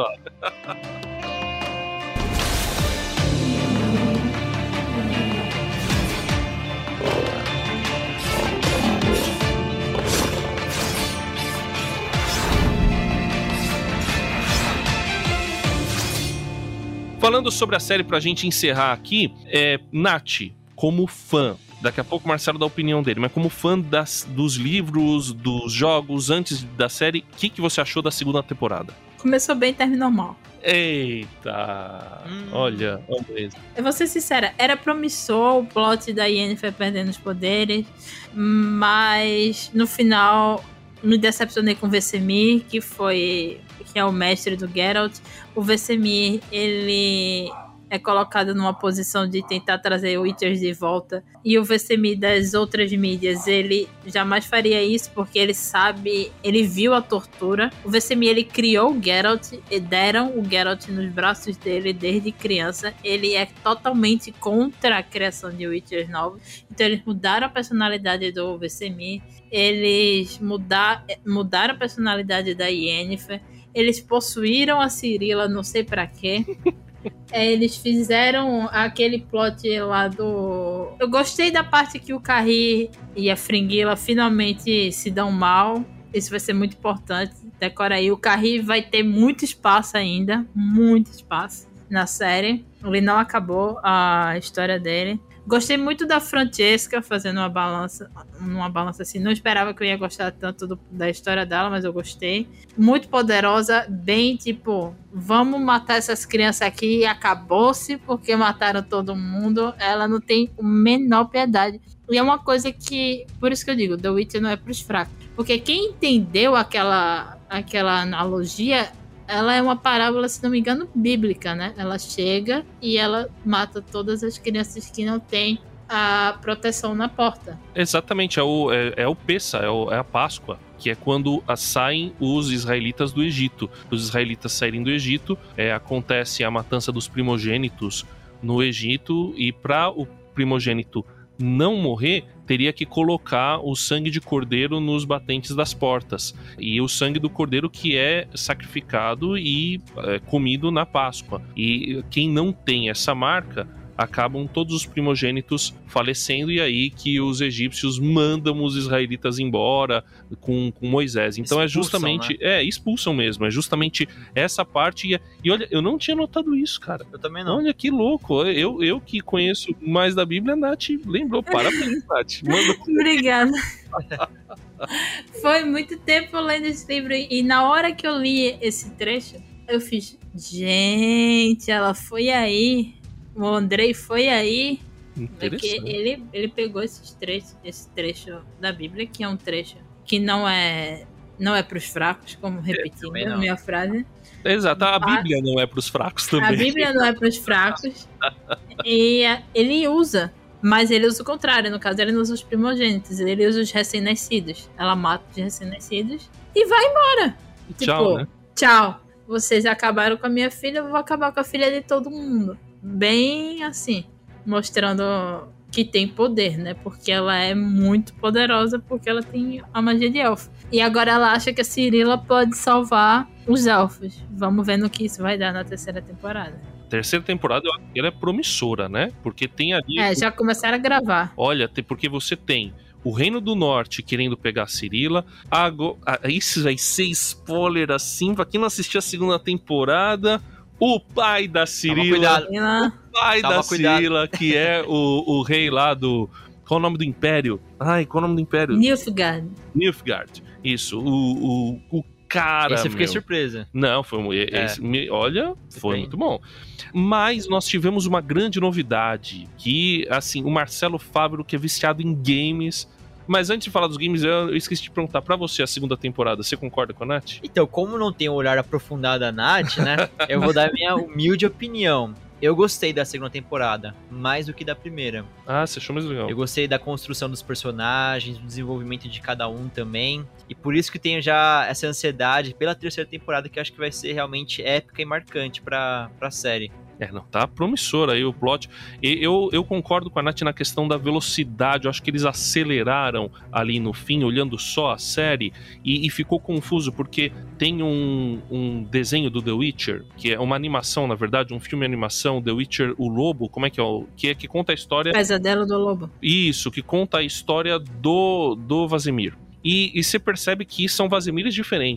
Falando sobre a série pra gente encerrar aqui, Nath, como fã, daqui a pouco o Marcelo dá a opinião dele, mas como fã dos livros, dos jogos, antes da série, o que você achou da segunda temporada? Começou bem e terminou mal. Eita, olha isso. Eu vou ser sincera, era promissor o plot da Yennefer perdendo os poderes, mas no final me decepcionei com o Vesemir, que é o mestre do Geralt. O Vesemir, ele é colocado numa posição de tentar trazer o Witchers de volta, e o Vesemir das outras mídias, ele jamais faria isso, porque ele viu a tortura. O Vesemir, ele criou o Geralt, e deram o Geralt nos braços dele desde criança. Ele é totalmente contra a criação de Witchers novos, então eles mudaram a personalidade do Vesemir, eles mudaram a personalidade da Yennefer, eles possuíram a Cirilla, não sei pra quê. Eles fizeram aquele plot lá do... Eu gostei da parte que o Carrie e a Fringilla finalmente se dão mal. Isso vai ser muito importante. Decora aí, o Carrie vai ter muito espaço ainda. Muito espaço na série. Ele não acabou a história dele. Gostei muito da Francesca fazendo uma balança assim. Não esperava que eu ia gostar tanto da história dela, mas eu gostei. Muito poderosa, bem tipo, vamos matar essas crianças aqui e acabou-se, porque mataram todo mundo. Ela não tem a menor piedade. E é uma coisa que, por isso que eu digo, The Witcher não é pros fracos. Porque quem entendeu aquela analogia, ela é uma parábola, se não me engano, bíblica, né? Ela chega e ela mata todas as crianças que não têm a proteção na porta. Exatamente, é o Pessa, é a Páscoa, que é quando saem os israelitas do Egito. Os israelitas saírem do Egito, acontece a matança dos primogênitos no Egito, e para o primogênito não morrer, teria que colocar o sangue de cordeiro nos batentes das portas. E o sangue do cordeiro que é sacrificado e comido na Páscoa. E quem não tem essa marca, acabam todos os primogênitos falecendo, e aí que os egípcios mandam os israelitas embora com Moisés. Então expulsam, é justamente... né? Expulsam mesmo. É justamente essa parte. E olha, eu não tinha notado isso, cara. Eu também não. Olha que louco. Eu que conheço mais da Bíblia, a Nath lembrou. Parabéns, Nath. Obrigada. Foi muito tempo lendo esse livro, e na hora que eu li esse trecho, eu fiz, gente, ela foi aí... O Andrei foi aí, porque ele pegou esse trecho da Bíblia, que é um trecho que não é para os fracos, como repetindo a minha frase. Exato, a Bíblia não é para os fracos também. A Bíblia não é para os fracos. E ele usa, mas ele usa o contrário. No caso, ele não usa os primogênitos, ele usa os recém-nascidos. Ela mata os recém-nascidos e vai embora. Tchau, né? Tchau. Vocês acabaram com a minha filha, eu vou acabar com a filha de todo mundo. Bem assim, mostrando que tem poder, né? Porque ela é muito poderosa, porque ela tem a magia de elfo. E agora ela acha que a Cirilla pode salvar os elfos. Vamos ver no que isso vai dar na terceira temporada. Terceira temporada, ela é promissora, né? Porque tem ali... já começaram a gravar. Olha, porque você tem o Reino do Norte querendo pegar a Cirilla. Isso vai ser spoiler assim, pra quem não assistiu a segunda temporada... O pai da Cirilla, Cirilla, que é o rei lá do... Qual o nome do império? Qual o nome do império? Nilfgaard. Isso, o cara... Esse eu fiquei surpresa. Não, foi muito bom. Mas nós tivemos uma grande novidade, que, assim, o Marcelo Fávero, que é viciado em games... Mas antes de falar dos games, eu esqueci de perguntar pra você a segunda temporada. Você concorda com a Nath? Então, como não tem um olhar aprofundado da Nath, né? Eu vou dar a minha humilde opinião. Eu gostei da segunda temporada, mais do que da primeira. Você achou mais legal? Eu gostei da construção dos personagens, do desenvolvimento de cada um também. E por isso que tenho já essa ansiedade pela terceira temporada, que eu acho que vai ser realmente épica e marcante pra série. Não, tá promissor aí o plot. Eu concordo com a Nath na questão da velocidade. Eu acho que eles aceleraram ali no fim, olhando só a série, e ficou confuso, porque tem um desenho do The Witcher, que é uma animação, na verdade, um filme de animação, The Witcher, o Lobo, como é que é? Que conta a história... Pesadelo do Lobo. Isso, que conta a história do Vesemir. E você percebe que são Vesemirs diferentes.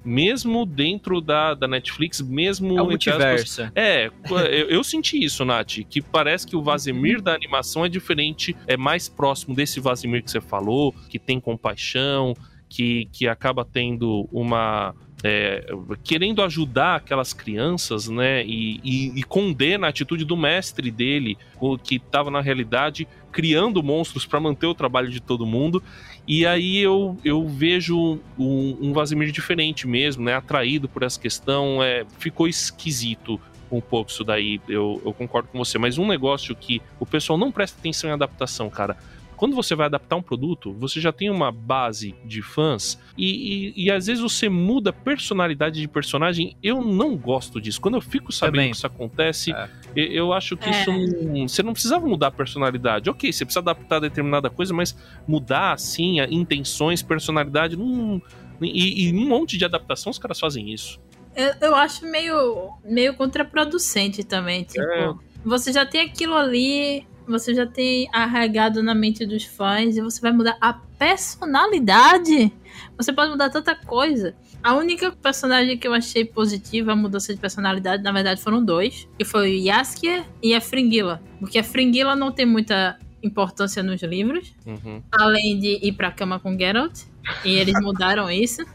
mesmo dentro da Netflix, mesmo... É o multiverso. Eu senti isso, Nath, que parece que o Vazimir da animação é diferente, é mais próximo desse Vazimir que você falou, que tem compaixão, que acaba tendo uma... querendo ajudar aquelas crianças, né, e condena a atitude do mestre dele, que estava na realidade criando monstros para manter o trabalho de todo mundo. E aí eu vejo um Vazimir diferente mesmo, né, atraído por essa questão. Ficou esquisito um pouco isso daí, eu concordo com você, mas um negócio que o pessoal não presta atenção em adaptação, cara. Quando você vai adaptar um produto, você já tem uma base de fãs e às vezes você muda a personalidade de personagem. Eu não gosto disso. Quando eu fico sabendo que isso acontece, eu acho que isso você não precisava mudar a personalidade. Ok, você precisa adaptar determinada coisa, mas mudar assim, intenções, personalidade, e um monte de adaptação os caras fazem isso. Eu acho meio contraproducente também. Tipo, você já tem aquilo ali... Você já tem arraigado na mente dos fãs e você vai mudar a personalidade. Você pode mudar tanta coisa. A única personagem que eu achei positiva a mudança de personalidade, na verdade, foram 2. Que foi o Jaskier e a Fringilla. Porque a Fringilla não tem muita importância nos livros. Além de ir pra cama com Geralt. E eles mudaram isso.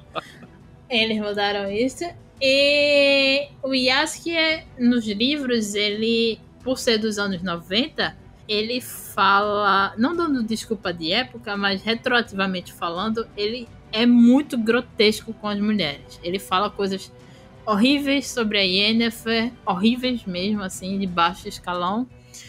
E o Jaskier, nos livros, ele... por ser dos anos 90, ele fala, não dando desculpa de época, mas retroativamente falando, ele é muito grotesco com as mulheres. Ele fala coisas horríveis sobre a Yennefer, horríveis mesmo, assim, de baixo escalão.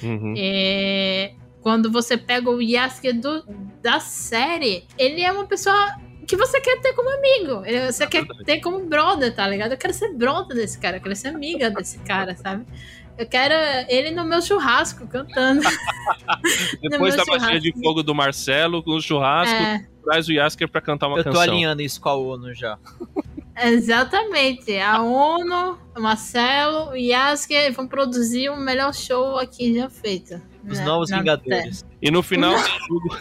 Quando você pega o Jaskier da série, ele é uma pessoa que você quer ter como amigo. Você quer ter como brother, tá ligado? Eu quero ser brother desse cara, eu quero ser amiga desse cara, sabe? Eu quero ele no meu churrasco, cantando. Depois da magia de fogo do Marcelo, com o churrasco, traz o Jaskier pra cantar uma canção. Eu tô alinhando isso com a ONU já. Exatamente. A ONU, o Marcelo, o Jaskier vão produzir o melhor show aqui já feito. Os Novos Vingadores. E no final do jogo...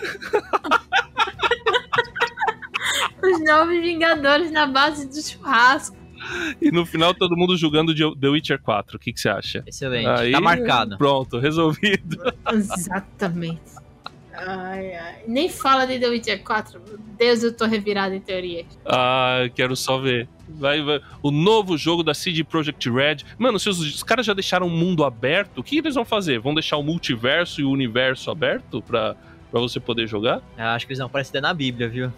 Os Novos Vingadores na base do churrasco. E no final todo mundo julgando The Witcher 4. O que você acha? Excelente. Aí, tá marcado. Pronto, resolvido. Exatamente. Nem fala de The Witcher 4. Meu Deus, eu tô revirado em teorias. Quero só ver. Vai. O novo jogo da CD Projekt Red. Mano, se os caras já deixaram o mundo aberto, o que eles vão fazer? Vão deixar o multiverso e o universo aberto pra você poder jogar? Acho que eles vão aparecer na Bíblia, viu?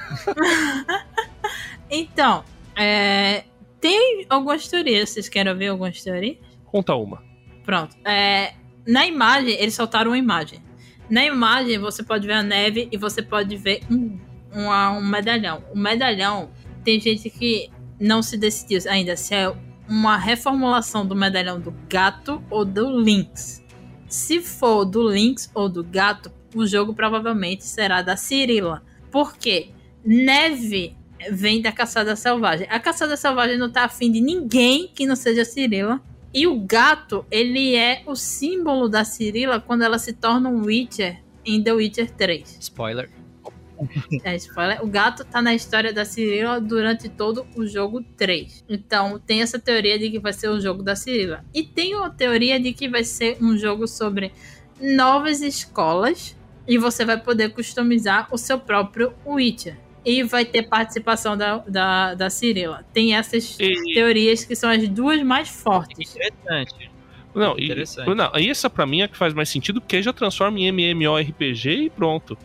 Então, tem algumas teorias. Vocês querem ouvir algumas teorias? Conta uma. Pronto. Na imagem, eles soltaram uma imagem. Na imagem, você pode ver a neve e você pode ver um medalhão. O medalhão, tem gente que não se decidiu ainda se é uma reformulação do medalhão do gato ou do Lynx. Se for do Lynx ou do gato, o jogo provavelmente será da Cirilla. Por quê? Neve vem da caçada selvagem. A caçada selvagem não tá afim de ninguém que não seja Cirilla. E o gato, ele é o símbolo da Cirilla quando ela se torna um Witcher em The Witcher 3. Spoiler. Spoiler. O gato tá na história da Cirilla durante todo o jogo 3. Então, tem essa teoria de que vai ser o jogo da Cirilla. E tem uma teoria de que vai ser um jogo sobre novas escolas e você vai poder customizar o seu próprio Witcher. E vai ter participação da Cirilla. Tem essas teorias que são as duas mais fortes. Interessante. E essa pra mim é que faz mais sentido, porque aí já transforma em MMORPG e pronto.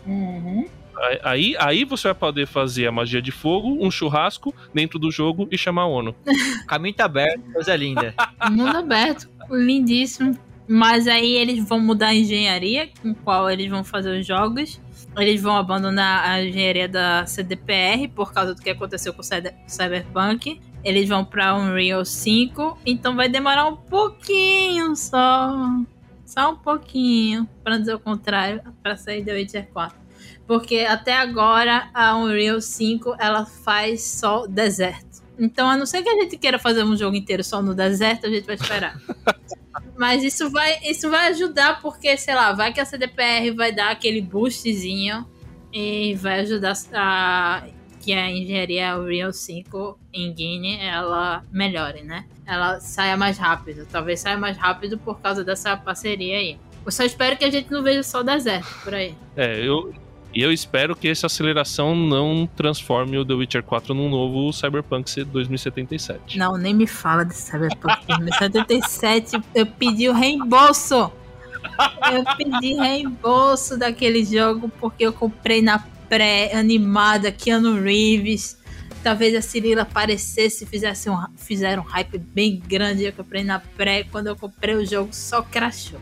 Aí você vai poder fazer a magia de fogo, um churrasco dentro do jogo e chamar a ONU. O caminho tá aberto, coisa linda. Mundo aberto, lindíssimo. Mas aí eles vão mudar a engenharia com qual eles vão fazer os jogos. Eles vão abandonar a engenharia da CDPR por causa do que aconteceu com o Cyberpunk. Eles vão pra Unreal 5. Então vai demorar um pouquinho só um pouquinho, pra dizer o contrário, pra sair The Witcher 4. Porque até agora a Unreal 5 ela faz só deserto. Então, a não ser que a gente queira fazer um jogo inteiro só no deserto, a gente vai esperar. Mas isso vai ajudar porque, sei lá, vai que a CDPR vai dar aquele boostzinho e vai ajudar a que a engenharia Unreal 5 Engine, ela melhore, né? Ela saia mais rápido. Talvez saia mais rápido por causa dessa parceria aí. Eu só espero que a gente não veja só o deserto por aí. Eu espero que essa aceleração não transforme o The Witcher 4 num novo Cyberpunk 2077. Não, nem me fala de Cyberpunk 2077. Eu pedi o reembolso. Eu pedi reembolso daquele jogo porque eu comprei na pré-animada Keanu Reeves. Talvez a Cirila aparecesse e fizeram um hype bem grande. Eu comprei na pré. Quando eu comprei o jogo, só crashou.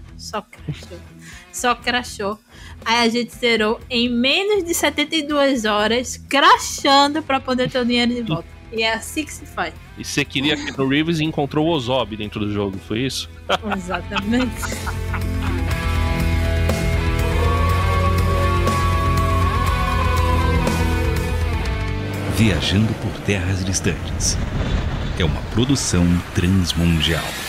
Aí a gente zerou em menos de 72 horas, crashando pra poder ter o dinheiro de volta. E é assim que se faz. E você queria que o Reeves encontrou o Ozob dentro do jogo, foi isso? Exatamente. Viajando por terras distantes. É uma produção transmundial.